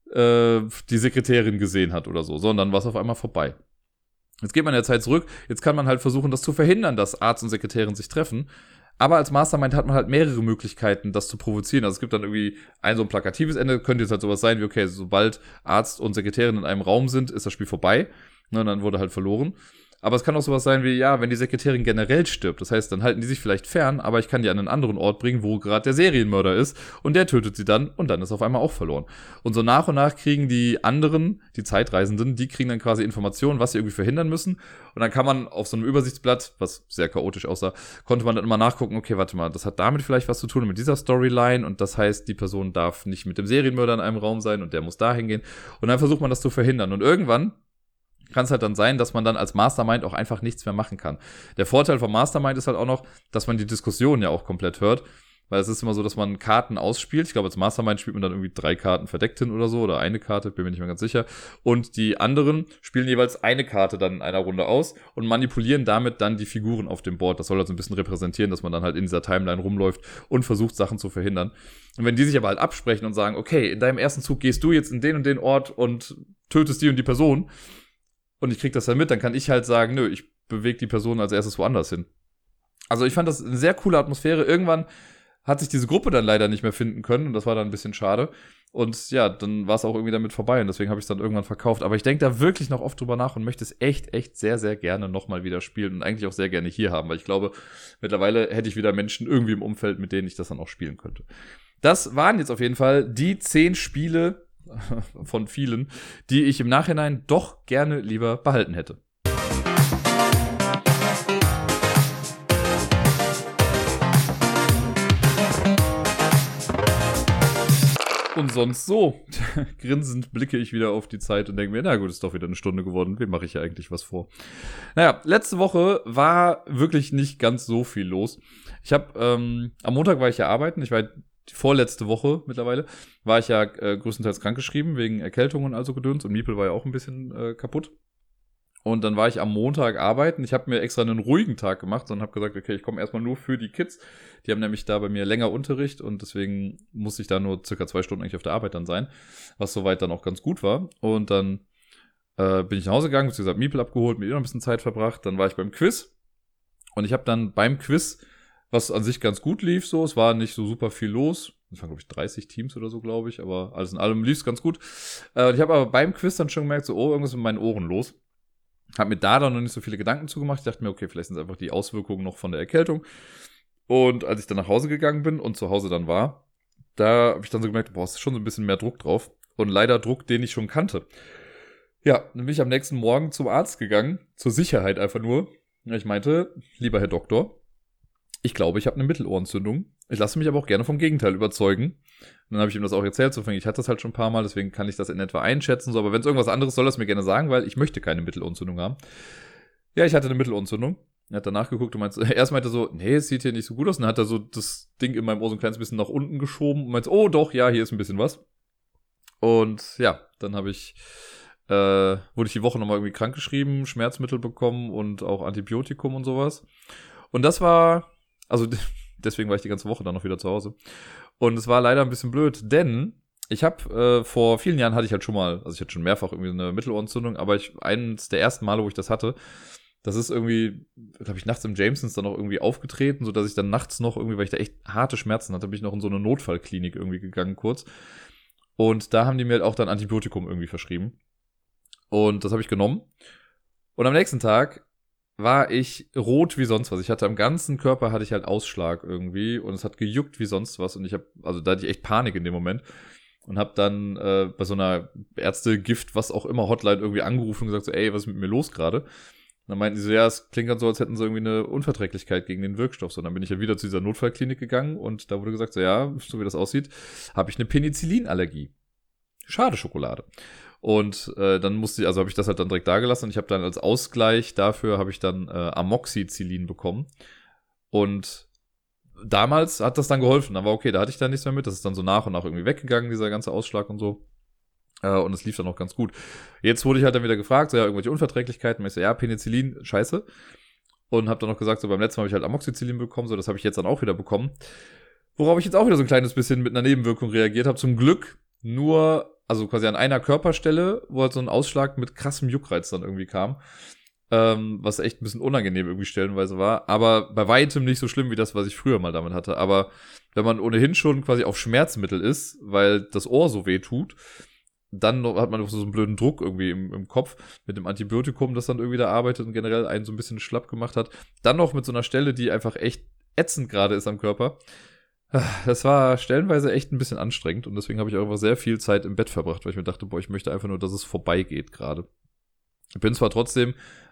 die Sekretärin gesehen hat oder so, sondern war es auf einmal vorbei. Jetzt geht man in der Zeit zurück, jetzt kann man halt versuchen, das zu verhindern, dass Arzt und Sekretärin sich treffen. Aber als Mastermind hat man halt mehrere Möglichkeiten, das zu provozieren. Also es gibt dann irgendwie so ein plakatives Ende, könnte jetzt halt sowas sein wie, okay, sobald Arzt und Sekretärin in einem Raum sind, ist das Spiel vorbei. Ne, und dann wurde halt verloren. Aber es kann auch sowas sein wie, ja, wenn die Sekretärin generell stirbt. Das heißt, dann halten die sich vielleicht fern, aber ich kann die an einen anderen Ort bringen, wo gerade der Serienmörder ist. Und der tötet sie dann und dann ist auf einmal auch verloren. Und so nach und nach kriegen die anderen, die Zeitreisenden, die kriegen dann quasi Informationen, was sie irgendwie verhindern müssen. Und dann kann man auf so einem Übersichtsblatt, was sehr chaotisch aussah, konnte man dann immer nachgucken, okay, warte mal, das hat damit vielleicht was zu tun mit dieser Storyline. Und das heißt, die Person darf nicht mit dem Serienmörder in einem Raum sein und der muss da hingehen. Und dann versucht man das zu verhindern. Und irgendwann kann es halt dann sein, dass man dann als Mastermind auch einfach nichts mehr machen kann. Der Vorteil vom Mastermind ist halt auch noch, dass man die Diskussion ja auch komplett hört, weil es ist immer so, dass man Karten ausspielt. Ich glaube, als Mastermind spielt man dann irgendwie 3 Karten verdeckt hin oder so, oder eine Karte, bin mir nicht mehr ganz sicher. Und die anderen spielen jeweils eine Karte dann in einer Runde aus und manipulieren damit dann die Figuren auf dem Board. Das soll halt so ein bisschen repräsentieren, dass man dann halt in dieser Timeline rumläuft und versucht, Sachen zu verhindern. Und wenn die sich aber halt absprechen und sagen, okay, in deinem ersten Zug gehst du jetzt in den Ort und tötest die und die Person, und ich krieg das dann mit, dann kann ich halt sagen, nö, ich bewegt die Person als erstes woanders hin. Also ich fand das eine sehr coole Atmosphäre. Irgendwann hat sich diese Gruppe dann leider nicht mehr finden können und das war dann ein bisschen schade. Und ja, dann war es auch irgendwie damit vorbei und deswegen habe ich es dann irgendwann verkauft. Aber ich denke da wirklich noch oft drüber nach und möchte es echt sehr, sehr gerne nochmal wieder spielen und eigentlich auch sehr gerne hier haben, weil ich glaube, mittlerweile hätte ich wieder Menschen irgendwie im Umfeld, mit denen ich das dann auch spielen könnte. Das waren jetzt auf jeden Fall die 10 Spiele von vielen, die ich im Nachhinein doch gerne lieber behalten hätte. Und sonst so. Grinsend blicke ich wieder auf die Zeit und denke mir, na gut, ist doch wieder eine Stunde geworden. Wem mache ich ja eigentlich was vor? Naja, letzte Woche war wirklich nicht ganz so viel los. Ich habe, am Montag war ich ja arbeiten. Ich war die vorletzte Woche mittlerweile, war ich ja größtenteils krankgeschrieben wegen Erkältungen und also Gedöns. Und Miepel war ja auch ein bisschen kaputt. Und dann war ich am Montag arbeiten. Ich habe mir extra einen ruhigen Tag gemacht und habe gesagt, okay, ich komme erstmal nur für die Kids. Die haben nämlich da bei mir länger Unterricht und deswegen musste ich da nur circa 2 Stunden eigentlich auf der Arbeit dann sein, was soweit dann auch ganz gut war. Und dann bin ich nach Hause gegangen, beziehungsweise Miepel abgeholt, mit ihr noch ein bisschen Zeit verbracht. Dann war ich beim Quiz und ich habe dann beim Quiz, was an sich ganz gut lief, so, es war nicht so super viel los. Es waren, glaube ich, 30 Teams oder so, glaube ich, aber alles in allem lief es ganz gut. Ich habe aber beim Quiz dann schon gemerkt, so, oh, irgendwas ist mit meinen Ohren los. Hab mir da dann noch nicht so viele Gedanken zugemacht. Ich dachte mir, okay, vielleicht sind es einfach die Auswirkungen noch von der Erkältung. Und als ich dann nach Hause gegangen bin und zu Hause dann war, da habe ich dann so gemerkt, boah, es ist schon so ein bisschen mehr Druck drauf. Und leider Druck, den ich schon kannte. Ja, dann bin ich am nächsten Morgen zum Arzt gegangen, zur Sicherheit einfach nur. Ich meinte, lieber Herr Doktor, ich glaube, ich habe eine Mittelohrentzündung. Ich lasse mich aber auch gerne vom Gegenteil überzeugen. Und dann habe ich ihm das auch erzählt, so ich hatte das halt schon ein paar Mal, deswegen kann ich das in etwa einschätzen. So, aber wenn es irgendwas anderes soll er es mir gerne sagen, weil ich möchte keine Mittelohrentzündung haben. Ja, ich hatte eine Mittelohrentzündung. Er hat danach geguckt und meinte, erst meinte er so, nee, es sieht hier nicht so gut aus. Und dann hat er so das Ding in meinem Ohr so ein kleines bisschen nach unten geschoben und meinte, oh doch, ja, hier ist ein bisschen was. Und ja, dann wurde ich die Woche nochmal irgendwie krankgeschrieben, Schmerzmittel bekommen und auch Antibiotikum und sowas. Und das war, also deswegen war ich die ganze Woche dann noch wieder zu Hause. Und es war leider ein bisschen blöd, denn ich habe vor vielen Jahren hatte ich halt schon mal, also ich hatte schon mehrfach irgendwie eine Mittelohrentzündung, aber eines der ersten Male, wo ich das hatte, das ist irgendwie, glaube ich, nachts im Jamesons dann auch irgendwie aufgetreten, sodass ich dann nachts noch irgendwie, weil ich da echt harte Schmerzen hatte, bin ich noch in so eine Notfallklinik irgendwie gegangen kurz. Und da haben die mir halt auch dann Antibiotikum irgendwie verschrieben. Und das habe ich genommen. Und am nächsten Tag war ich rot wie sonst was. Ich hatte am ganzen Körper hatte ich halt Ausschlag irgendwie und es hat gejuckt wie sonst was und da hatte ich echt Panik in dem Moment und habe dann bei so einer Ärzte-Gift, was auch immer, Hotline irgendwie angerufen und gesagt so, ey, was ist mit mir los gerade? Und dann meinten die so, ja, es klingt dann so, als hätten sie irgendwie eine Unverträglichkeit gegen den Wirkstoff. So, dann bin ich ja wieder zu dieser Notfallklinik gegangen und da wurde gesagt so, ja, so wie das aussieht, habe ich eine Penicillinallergie. Schade Schokolade. Und dann habe ich das halt dann direkt da gelassen und ich habe dann als Ausgleich dafür habe ich dann Amoxicillin bekommen. Und damals hat das dann geholfen. Dann war okay, da hatte ich dann nichts mehr mit. Das ist dann so nach und nach irgendwie weggegangen, dieser ganze Ausschlag und so. Und es lief dann auch ganz gut. Jetzt wurde ich halt dann wieder gefragt, so ja, irgendwelche Unverträglichkeiten. Und ich so, ja, Penicillin, scheiße. Und habe dann noch gesagt, so beim letzten Mal habe ich halt Amoxicillin bekommen, so das habe ich jetzt dann auch wieder bekommen. Worauf ich jetzt auch wieder so ein kleines bisschen mit einer Nebenwirkung reagiert habe. Zum Glück nur, also quasi an einer Körperstelle, wo halt so ein Ausschlag mit krassem Juckreiz dann irgendwie kam. Was echt ein bisschen unangenehm irgendwie stellenweise war. Aber bei weitem nicht so schlimm wie das, was ich früher mal damit hatte. Aber wenn man ohnehin schon quasi auf Schmerzmittel ist, weil das Ohr so weh tut, dann hat man so einen blöden Druck irgendwie im Kopf mit dem Antibiotikum, das dann irgendwie da arbeitet und generell einen so ein bisschen schlapp gemacht hat. Dann noch mit so einer Stelle, die einfach echt ätzend gerade ist am Körper. Das war stellenweise echt ein bisschen anstrengend und deswegen habe ich auch einfach sehr viel Zeit im Bett verbracht, weil ich mir dachte, boah, ich möchte einfach nur, dass es vorbeigeht gerade. Ich bin zwar trotzdem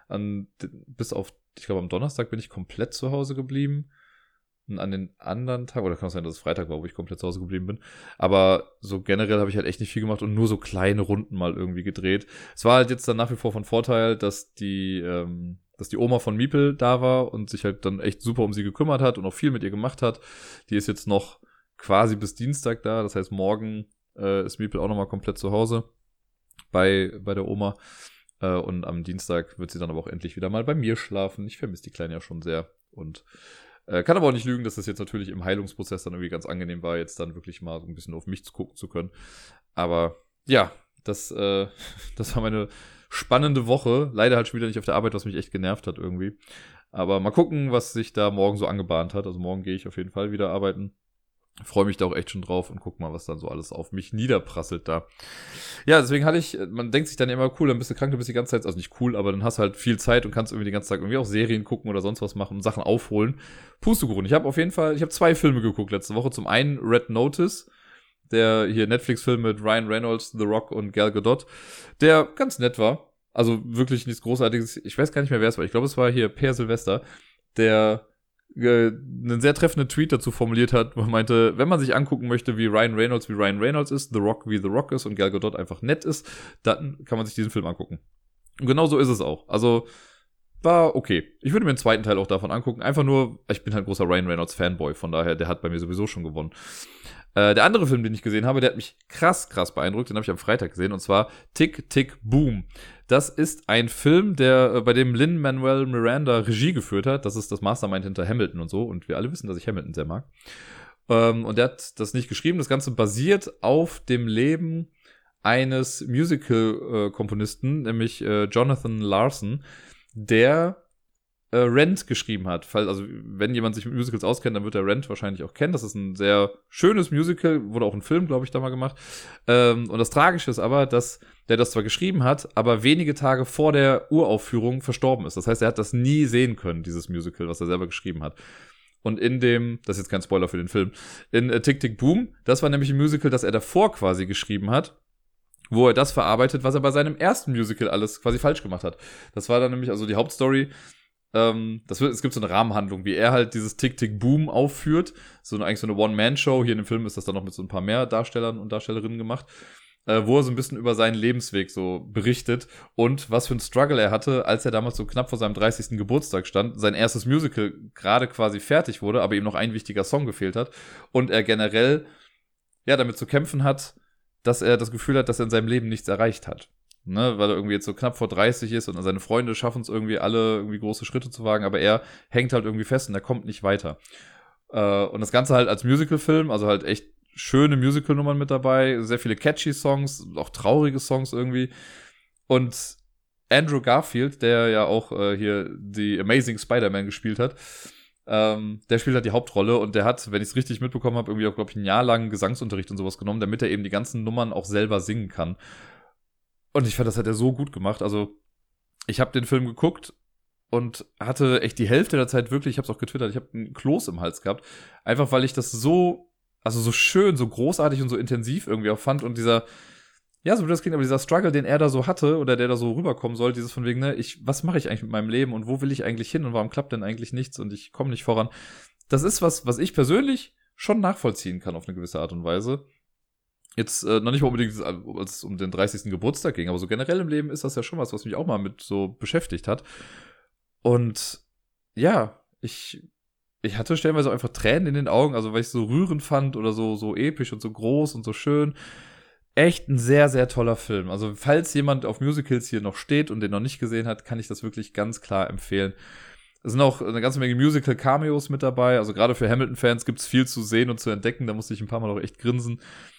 bis auf, ich glaube am Donnerstag bin ich komplett zu Hause geblieben und an den anderen Tagen, oder kann es sein, dass es Freitag war, wo ich komplett zu Hause geblieben bin, aber so generell habe ich halt echt nicht viel gemacht und nur so kleine Runden mal irgendwie gedreht. Es war halt jetzt dann nach wie vor von Vorteil, dass die Oma von Miepel da war und sich halt dann echt super um sie gekümmert hat und auch viel mit ihr gemacht hat. Die ist jetzt noch quasi bis Dienstag da, das heißt morgen ist Miepel auch nochmal komplett zu Hause bei der Oma. Und am Dienstag wird sie dann aber auch endlich wieder mal bei mir schlafen. Ich vermisse die Kleine ja schon sehr und kann aber auch nicht lügen, dass das jetzt natürlich im Heilungsprozess dann irgendwie ganz angenehm war, jetzt dann wirklich mal so ein bisschen auf mich gucken zu können. Aber ja, das war meine spannende Woche. Leider halt schon wieder nicht auf der Arbeit, was mich echt genervt hat irgendwie. Aber mal gucken, was sich da morgen so angebahnt hat. Also morgen gehe ich auf jeden Fall wieder arbeiten. Freue mich da auch echt schon drauf und guck mal, was dann so alles auf mich niederprasselt da. Ja, deswegen man denkt sich dann immer, cool, dann bist du krank, du bist die ganze Zeit, also nicht cool, aber dann hast du halt viel Zeit und kannst irgendwie den ganzen Tag irgendwie auch Serien gucken oder sonst was machen und Sachen aufholen. Pustekuchen. Ich habe 2 Filme geguckt letzte Woche. Zum einen Red Notice, der hier Netflix-Film mit Ryan Reynolds, The Rock und Gal Gadot, der ganz nett war. Also wirklich nichts Großartiges. Ich weiß gar nicht mehr, wer es war. Ich glaube, es war hier Per Silvester, der einen sehr treffenden Tweet dazu formuliert hat, wo er meinte, wenn man sich angucken möchte, wie Ryan Reynolds ist, The Rock wie The Rock ist und Gal Gadot einfach nett ist, dann kann man sich diesen Film angucken. Und genau so ist es auch. Also war okay. Ich würde mir den zweiten Teil auch davon angucken. Einfach nur, ich bin halt großer Ryan Reynolds Fanboy, von daher, der hat bei mir sowieso schon gewonnen. Der andere Film, den ich gesehen habe, der hat mich krass beeindruckt. Den habe ich am Freitag gesehen. Und zwar Tick, Tick, Boom. Das ist ein Film, bei dem Lin-Manuel Miranda Regie geführt hat. Das ist das Mastermind hinter Hamilton und so. Und wir alle wissen, dass ich Hamilton sehr mag. Und der hat das nicht geschrieben. Das Ganze basiert auf dem Leben eines Musical-Komponisten, nämlich Jonathan Larson, der Rent geschrieben hat. Also wenn jemand sich mit Musicals auskennt, dann wird er Rent wahrscheinlich auch kennen. Das ist ein sehr schönes Musical, wurde auch ein Film, glaube ich, da mal gemacht. Und das Tragische ist aber, dass der das zwar geschrieben hat, aber wenige Tage vor der Uraufführung verstorben ist. Das heißt, er hat das nie sehen können, dieses Musical, was er selber geschrieben hat. Und das ist jetzt kein Spoiler für den Film, in Tick, Tick, Boom, das war nämlich ein Musical, das er davor quasi geschrieben hat, wo er das verarbeitet, was er bei seinem ersten Musical alles quasi falsch gemacht hat. Das war dann nämlich, also die Hauptstory, es gibt so eine Rahmenhandlung, wie er halt dieses Tick, Tick, Boom aufführt. Eigentlich so eine One-Man-Show. Hier in dem Film ist das dann noch mit so ein paar mehr Darstellern und Darstellerinnen gemacht. Wo er so ein bisschen über seinen Lebensweg so berichtet und was für ein Struggle er hatte, als er damals so knapp vor seinem 30. Geburtstag stand, sein erstes Musical gerade quasi fertig wurde, aber ihm noch ein wichtiger Song gefehlt hat und er generell ja damit zu kämpfen hat, dass er das Gefühl hat, dass er in seinem Leben nichts erreicht hat. Ne, weil er irgendwie jetzt so knapp vor 30 ist und seine Freunde schaffen es irgendwie alle, irgendwie große Schritte zu wagen, aber er hängt halt irgendwie fest und er kommt nicht weiter. Und das Ganze halt als Musicalfilm, also halt echt schöne Musical-Nummern mit dabei, sehr viele catchy Songs, auch traurige Songs irgendwie. Und Andrew Garfield, der ja auch hier die Amazing Spider-Man gespielt hat, der spielt halt die Hauptrolle und der hat, wenn ich es richtig mitbekommen habe, irgendwie auch, glaube ich, ein Jahr lang Gesangsunterricht und sowas genommen, damit er eben die ganzen Nummern auch selber singen kann. Und ich fand, das hat er so gut gemacht. Also, ich habe den Film geguckt und hatte echt die Hälfte der Zeit wirklich, ich habe es auch getwittert, ich habe einen Kloß im Hals gehabt. Einfach, weil ich das so schön, so großartig und so intensiv irgendwie auch fand. Und so wie das klingt, aber dieser Struggle, den er da so hatte oder der da so rüberkommen soll, dieses von wegen, ne, was mache ich eigentlich mit meinem Leben und wo will ich eigentlich hin und warum klappt denn eigentlich nichts und ich komme nicht voran. Das ist was ich persönlich schon nachvollziehen kann auf eine gewisse Art und Weise. Jetzt noch nicht mal unbedingt, als es um den 30. Geburtstag ging, aber so generell im Leben ist das ja schon was mich auch mal mit so beschäftigt hat. Und ja, ich hatte stellenweise auch einfach Tränen in den Augen, also weil ich es so rührend fand oder so episch und so groß und so schön. Echt ein sehr, sehr toller Film. Also falls jemand auf Musicals hier noch steht und den noch nicht gesehen hat, kann ich das wirklich ganz klar empfehlen. Es sind auch eine ganze Menge Musical-Cameos mit dabei. Also gerade für Hamilton-Fans gibt es viel zu sehen und zu entdecken. Da musste ich ein paar Mal auch echt grinsen.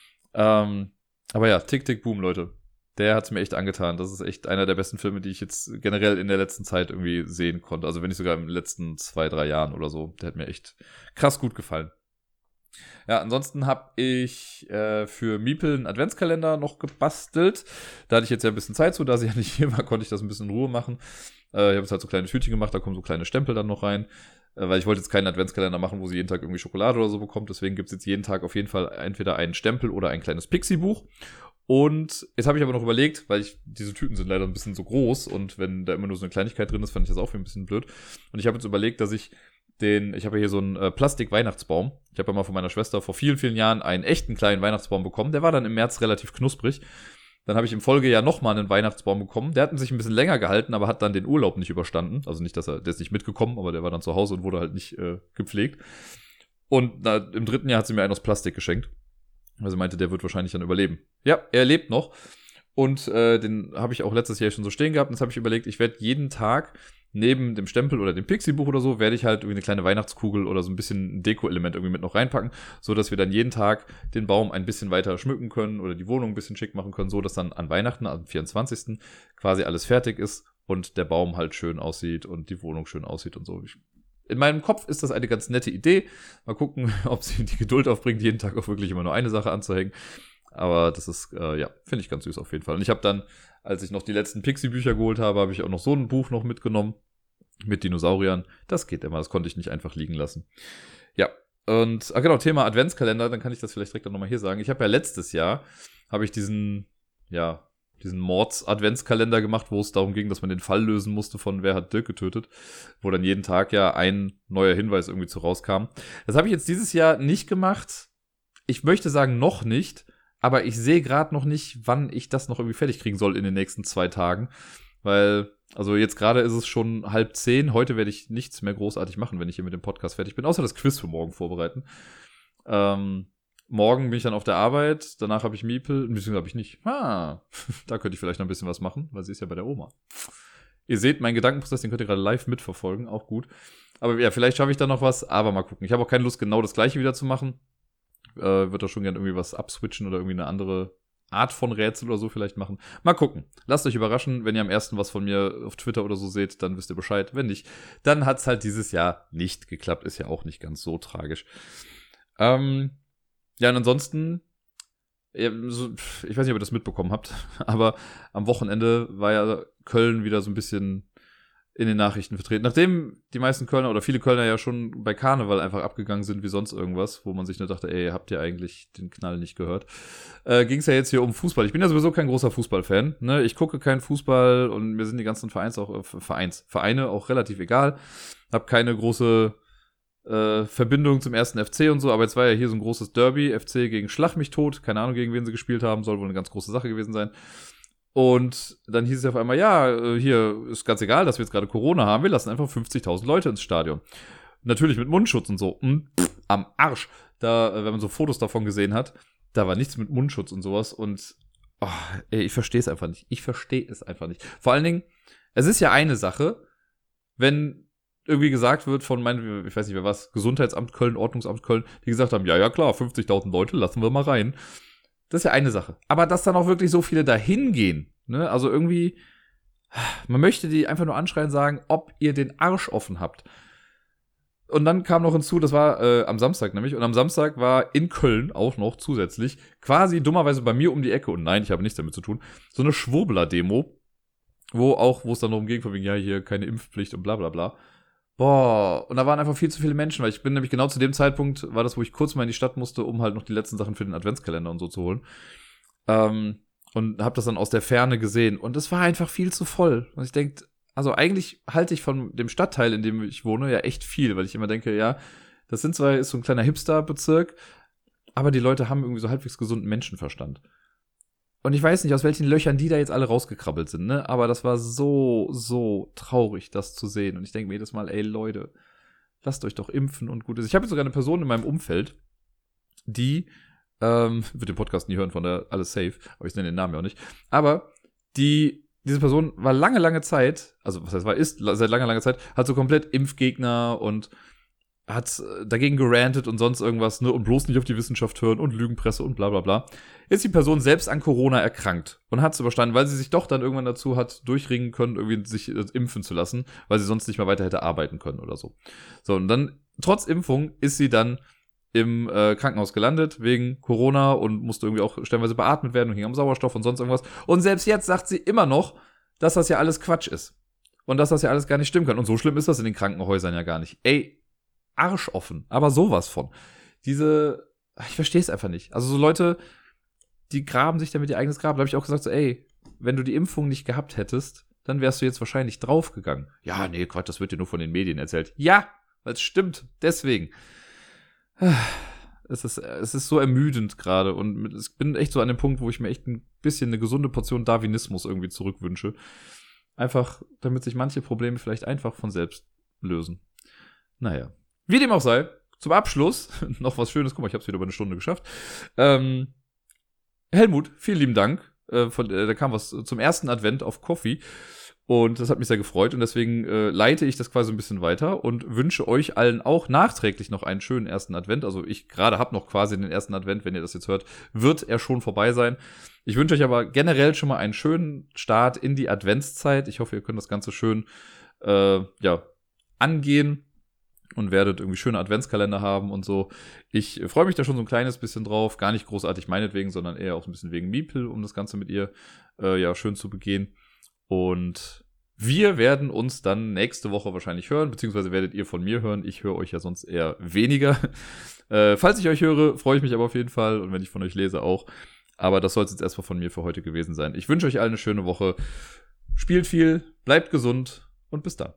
Aber ja, Tick, Tick, Boom, Leute. Der hat's mir echt angetan. Das ist echt einer der besten Filme, die ich jetzt generell in der letzten Zeit irgendwie sehen konnte. Also wenn nicht sogar in den letzten 2-3 Jahren oder so. Der hat mir echt krass gut gefallen. Ja, ansonsten habe ich für Miepel einen Adventskalender noch gebastelt. Da hatte ich jetzt ja ein bisschen Zeit zu, da sie ja nicht hier war, konnte ich das ein bisschen in Ruhe machen. Ich habe jetzt halt so kleine Tütchen gemacht, da kommen so kleine Stempel dann noch rein. Weil ich wollte jetzt keinen Adventskalender machen, wo sie jeden Tag irgendwie Schokolade oder so bekommt. Deswegen gibt's jetzt jeden Tag auf jeden Fall entweder einen Stempel oder ein kleines Pixie-Buch. Und jetzt habe ich aber noch überlegt, weil diese Tüten sind leider ein bisschen so groß und wenn da immer nur so eine Kleinigkeit drin ist, fand ich das auch für ein bisschen blöd. Und ich habe jetzt überlegt, dass ich habe hier so einen Plastik-Weihnachtsbaum. Ich habe ja mal von meiner Schwester vor vielen, vielen Jahren einen echten kleinen Weihnachtsbaum bekommen. Der war dann im März relativ knusprig. Dann habe ich im Folgejahr nochmal einen Weihnachtsbaum bekommen. Der hat sich ein bisschen länger gehalten, aber hat dann den Urlaub nicht überstanden. Also nicht, der ist nicht mitgekommen, aber der war dann zu Hause und wurde halt nicht gepflegt. Und im 3. Jahr hat sie mir einen aus Plastik geschenkt. Also meinte, der wird wahrscheinlich dann überleben. Ja, er lebt noch. Und den habe ich auch letztes Jahr schon so stehen gehabt. Und jetzt habe ich überlegt, ich werde jeden Tag neben dem Stempel oder dem Pixie-Buch oder so, werde ich halt irgendwie eine kleine Weihnachtskugel oder so ein bisschen ein Deko-Element irgendwie mit noch reinpacken, so dass wir dann jeden Tag den Baum ein bisschen weiter schmücken können oder die Wohnung ein bisschen schick machen können, so dass dann an Weihnachten, am 24. quasi alles fertig ist und der Baum halt schön aussieht und die Wohnung schön aussieht und so. In meinem Kopf ist das eine ganz nette Idee. Mal gucken, ob sie die Geduld aufbringt, jeden Tag auch wirklich immer nur eine Sache anzuhängen. Aber das ist, finde ich ganz süß auf jeden Fall. Und ich habe dann, als ich noch die letzten Pixie-Bücher geholt habe, habe ich auch noch so ein Buch noch mitgenommen mit Dinosauriern. Das geht immer, das konnte ich nicht einfach liegen lassen. Ja, und, genau, Thema Adventskalender, dann kann ich das vielleicht direkt auch nochmal hier sagen. Ich habe ja letztes Jahr, habe ich diesen Mords-Adventskalender gemacht, wo es darum ging, dass man den Fall lösen musste von wer hat Dirk getötet, wo dann jeden Tag ja ein neuer Hinweis irgendwie zu rauskam. Das habe ich jetzt dieses Jahr nicht gemacht. Ich möchte sagen, noch nicht, aber ich sehe gerade noch nicht, wann ich das noch irgendwie fertig kriegen soll in den nächsten 2 Tagen, weil, also jetzt gerade ist es schon 9:30, heute werde ich nichts mehr großartig machen, wenn ich hier mit dem Podcast fertig bin, außer das Quiz für morgen vorbereiten. Morgen bin ich dann auf der Arbeit, danach habe ich Miepel, beziehungsweise habe ich nicht. Da könnte ich vielleicht noch ein bisschen was machen, weil sie ist ja bei der Oma. Ihr seht, meinen Gedankenprozess, den könnt ihr gerade live mitverfolgen, auch gut. Aber ja, vielleicht schaffe ich da noch was, aber mal gucken. Ich habe auch keine Lust, genau das gleiche wieder zu machen. Würde da schon gerne irgendwie was abswitchen oder irgendwie eine andere Art von Rätsel oder so vielleicht machen. Mal gucken. Lasst euch überraschen. Wenn ihr am ersten was von mir auf Twitter oder so seht, dann wisst ihr Bescheid. Wenn nicht, dann hat es halt dieses Jahr nicht geklappt. Ist ja auch nicht ganz so tragisch. Ja, und ansonsten, ich weiß nicht, ob ihr das mitbekommen habt, aber am Wochenende war ja Köln wieder so ein bisschen in den Nachrichten vertreten. Nachdem die meisten Kölner oder viele Kölner ja schon bei Karneval einfach abgegangen sind wie sonst irgendwas, wo man sich nur dachte, ey, habt ihr eigentlich den Knall nicht gehört, ging es ja jetzt hier um Fußball. Ich bin ja sowieso kein großer Fußballfan. Ne? Ich gucke keinen Fußball und mir sind die ganzen Vereine auch relativ egal. Hab keine große Verbindung zum ersten FC und so, aber jetzt war ja hier so ein großes Derby, FC gegen Schlag mich tot, keine Ahnung, gegen wen sie gespielt haben, soll wohl eine ganz große Sache gewesen sein. Und dann hieß es auf einmal, ja, hier ist ganz egal, dass wir jetzt gerade Corona haben, wir lassen einfach 50.000 Leute ins Stadion. Natürlich mit Mundschutz und so, am Arsch. Da, wenn man so Fotos davon gesehen hat, da war nichts mit Mundschutz und sowas und ich verstehe es einfach nicht. Ich verstehe es einfach nicht. Vor allen Dingen, es ist ja eine Sache, wenn irgendwie gesagt wird von meinem, ich weiß nicht wer was, Gesundheitsamt Köln, Ordnungsamt Köln, die gesagt haben, ja klar, 50.000 Leute, lassen wir mal rein. Das ist ja eine Sache. Aber dass dann auch wirklich so viele dahin gehen, ne, also irgendwie, man möchte die einfach nur anschreien, sagen, ob ihr den Arsch offen habt. Und dann kam noch hinzu, das war am Samstag nämlich, und am Samstag war in Köln auch noch zusätzlich, quasi dummerweise bei mir um die Ecke, und nein, ich habe nichts damit zu tun, so eine Schwurbler-Demo, wo es dann darum ging, von wegen, ja, hier keine Impfpflicht und bla bla bla. Boah, und da waren einfach viel zu viele Menschen, weil ich bin nämlich genau zu dem Zeitpunkt, war das, wo ich kurz mal in die Stadt musste, um halt noch die letzten Sachen für den Adventskalender und so zu holen. Und hab das dann aus der Ferne gesehen. Und es war einfach viel zu voll. Und ich denke, also eigentlich halte ich von dem Stadtteil, in dem ich wohne, ja echt viel, weil ich immer denke, ja, das ist so ein kleiner Hipster-Bezirk, aber die Leute haben irgendwie so halbwegs gesunden Menschenverstand. Und ich weiß nicht, aus welchen Löchern die da jetzt alle rausgekrabbelt sind, ne? Aber das war so traurig, das zu sehen. Und ich denke mir jedes Mal, ey Leute, lasst euch doch impfen und gut ist. Ich habe jetzt sogar eine Person in meinem Umfeld, die, wird den Podcast nie hören, von der alles safe, aber ich nenne den Namen ja auch nicht. Aber diese Person war lange Zeit, also was heißt ist seit langer Zeit, hat so komplett Impfgegner und hat dagegen gerantet und sonst irgendwas, ne, und bloß nicht auf die Wissenschaft hören und Lügenpresse und bla bla bla. Ist die Person selbst an Corona erkrankt und hat es überstanden, weil sie sich doch dann irgendwann dazu hat durchringen können, irgendwie sich impfen zu lassen, weil sie sonst nicht mehr weiter hätte arbeiten können oder so. So, und dann, trotz Impfung, ist sie dann im Krankenhaus gelandet, wegen Corona und musste irgendwie auch stellenweise beatmet werden und hing am Sauerstoff und sonst irgendwas. Und selbst jetzt sagt sie immer noch, dass das ja alles Quatsch ist. Und dass das ja alles gar nicht stimmen kann. Und so schlimm ist das in den Krankenhäusern ja gar nicht. Ey, arschoffen, aber sowas von. Ich verstehe es einfach nicht. Also so Leute, die graben sich damit ihr eigenes Grab. Da habe ich auch gesagt so, ey, wenn du die Impfung nicht gehabt hättest, dann wärst du jetzt wahrscheinlich draufgegangen. Ja, nee, Quatsch, das wird dir nur von den Medien erzählt. Ja, weil es stimmt, deswegen. Es ist so ermüdend gerade und ich bin echt so an dem Punkt, wo ich mir echt ein bisschen eine gesunde Portion Darwinismus irgendwie zurückwünsche. Einfach, damit sich manche Probleme vielleicht einfach von selbst lösen. Naja. Wie dem auch sei, zum Abschluss noch was Schönes. Guck mal, ich habe es wieder über eine Stunde geschafft. Helmut, vielen lieben Dank Da kam was zum ersten Advent auf Coffee. Und das hat mich sehr gefreut und deswegen leite ich das quasi ein bisschen weiter und wünsche euch allen auch nachträglich noch einen schönen ersten Advent. Also ich gerade habe noch quasi den ersten Advent, wenn ihr das jetzt hört, wird er schon vorbei sein. Ich wünsche euch aber generell schon mal einen schönen Start in die Adventszeit. Ich hoffe, ihr könnt das Ganze schön angehen und werdet irgendwie schöne Adventskalender haben und so. Ich freue mich da schon so ein kleines bisschen drauf. Gar nicht großartig meinetwegen, sondern eher auch ein bisschen wegen Miepel, um das Ganze mit ihr schön zu begehen. Und wir werden uns dann nächste Woche wahrscheinlich hören, beziehungsweise werdet ihr von mir hören. Ich höre euch ja sonst eher weniger. Falls ich euch höre, freue ich mich aber auf jeden Fall und wenn ich von euch lese auch. Aber das soll es jetzt erstmal von mir für heute gewesen sein. Ich wünsche euch allen eine schöne Woche. Spielt viel, bleibt gesund und bis dann.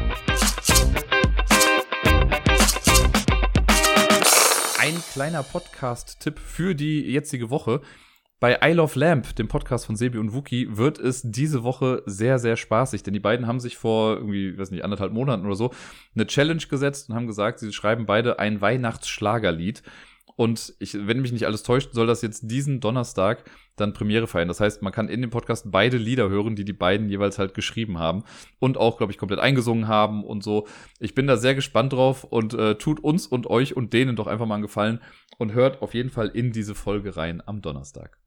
Ein kleiner Podcast-Tipp für die jetzige Woche. Bei I Love Lamp, dem Podcast von Sebi und Wookie, wird es diese Woche sehr, sehr spaßig. Denn die beiden haben sich vor irgendwie, weiß nicht, 1,5 Monaten oder so eine Challenge gesetzt und haben gesagt, sie schreiben beide ein Weihnachtsschlagerlied. Und wenn mich nicht alles täuscht, soll das jetzt diesen Donnerstag dann Premiere feiern. Das heißt, man kann in dem Podcast beide Lieder hören, die beiden jeweils halt geschrieben haben. Und auch, glaube ich, komplett eingesungen haben und so. Ich bin da sehr gespannt drauf und tut uns und euch und denen doch einfach mal einen Gefallen und hört auf jeden Fall in diese Folge rein am Donnerstag.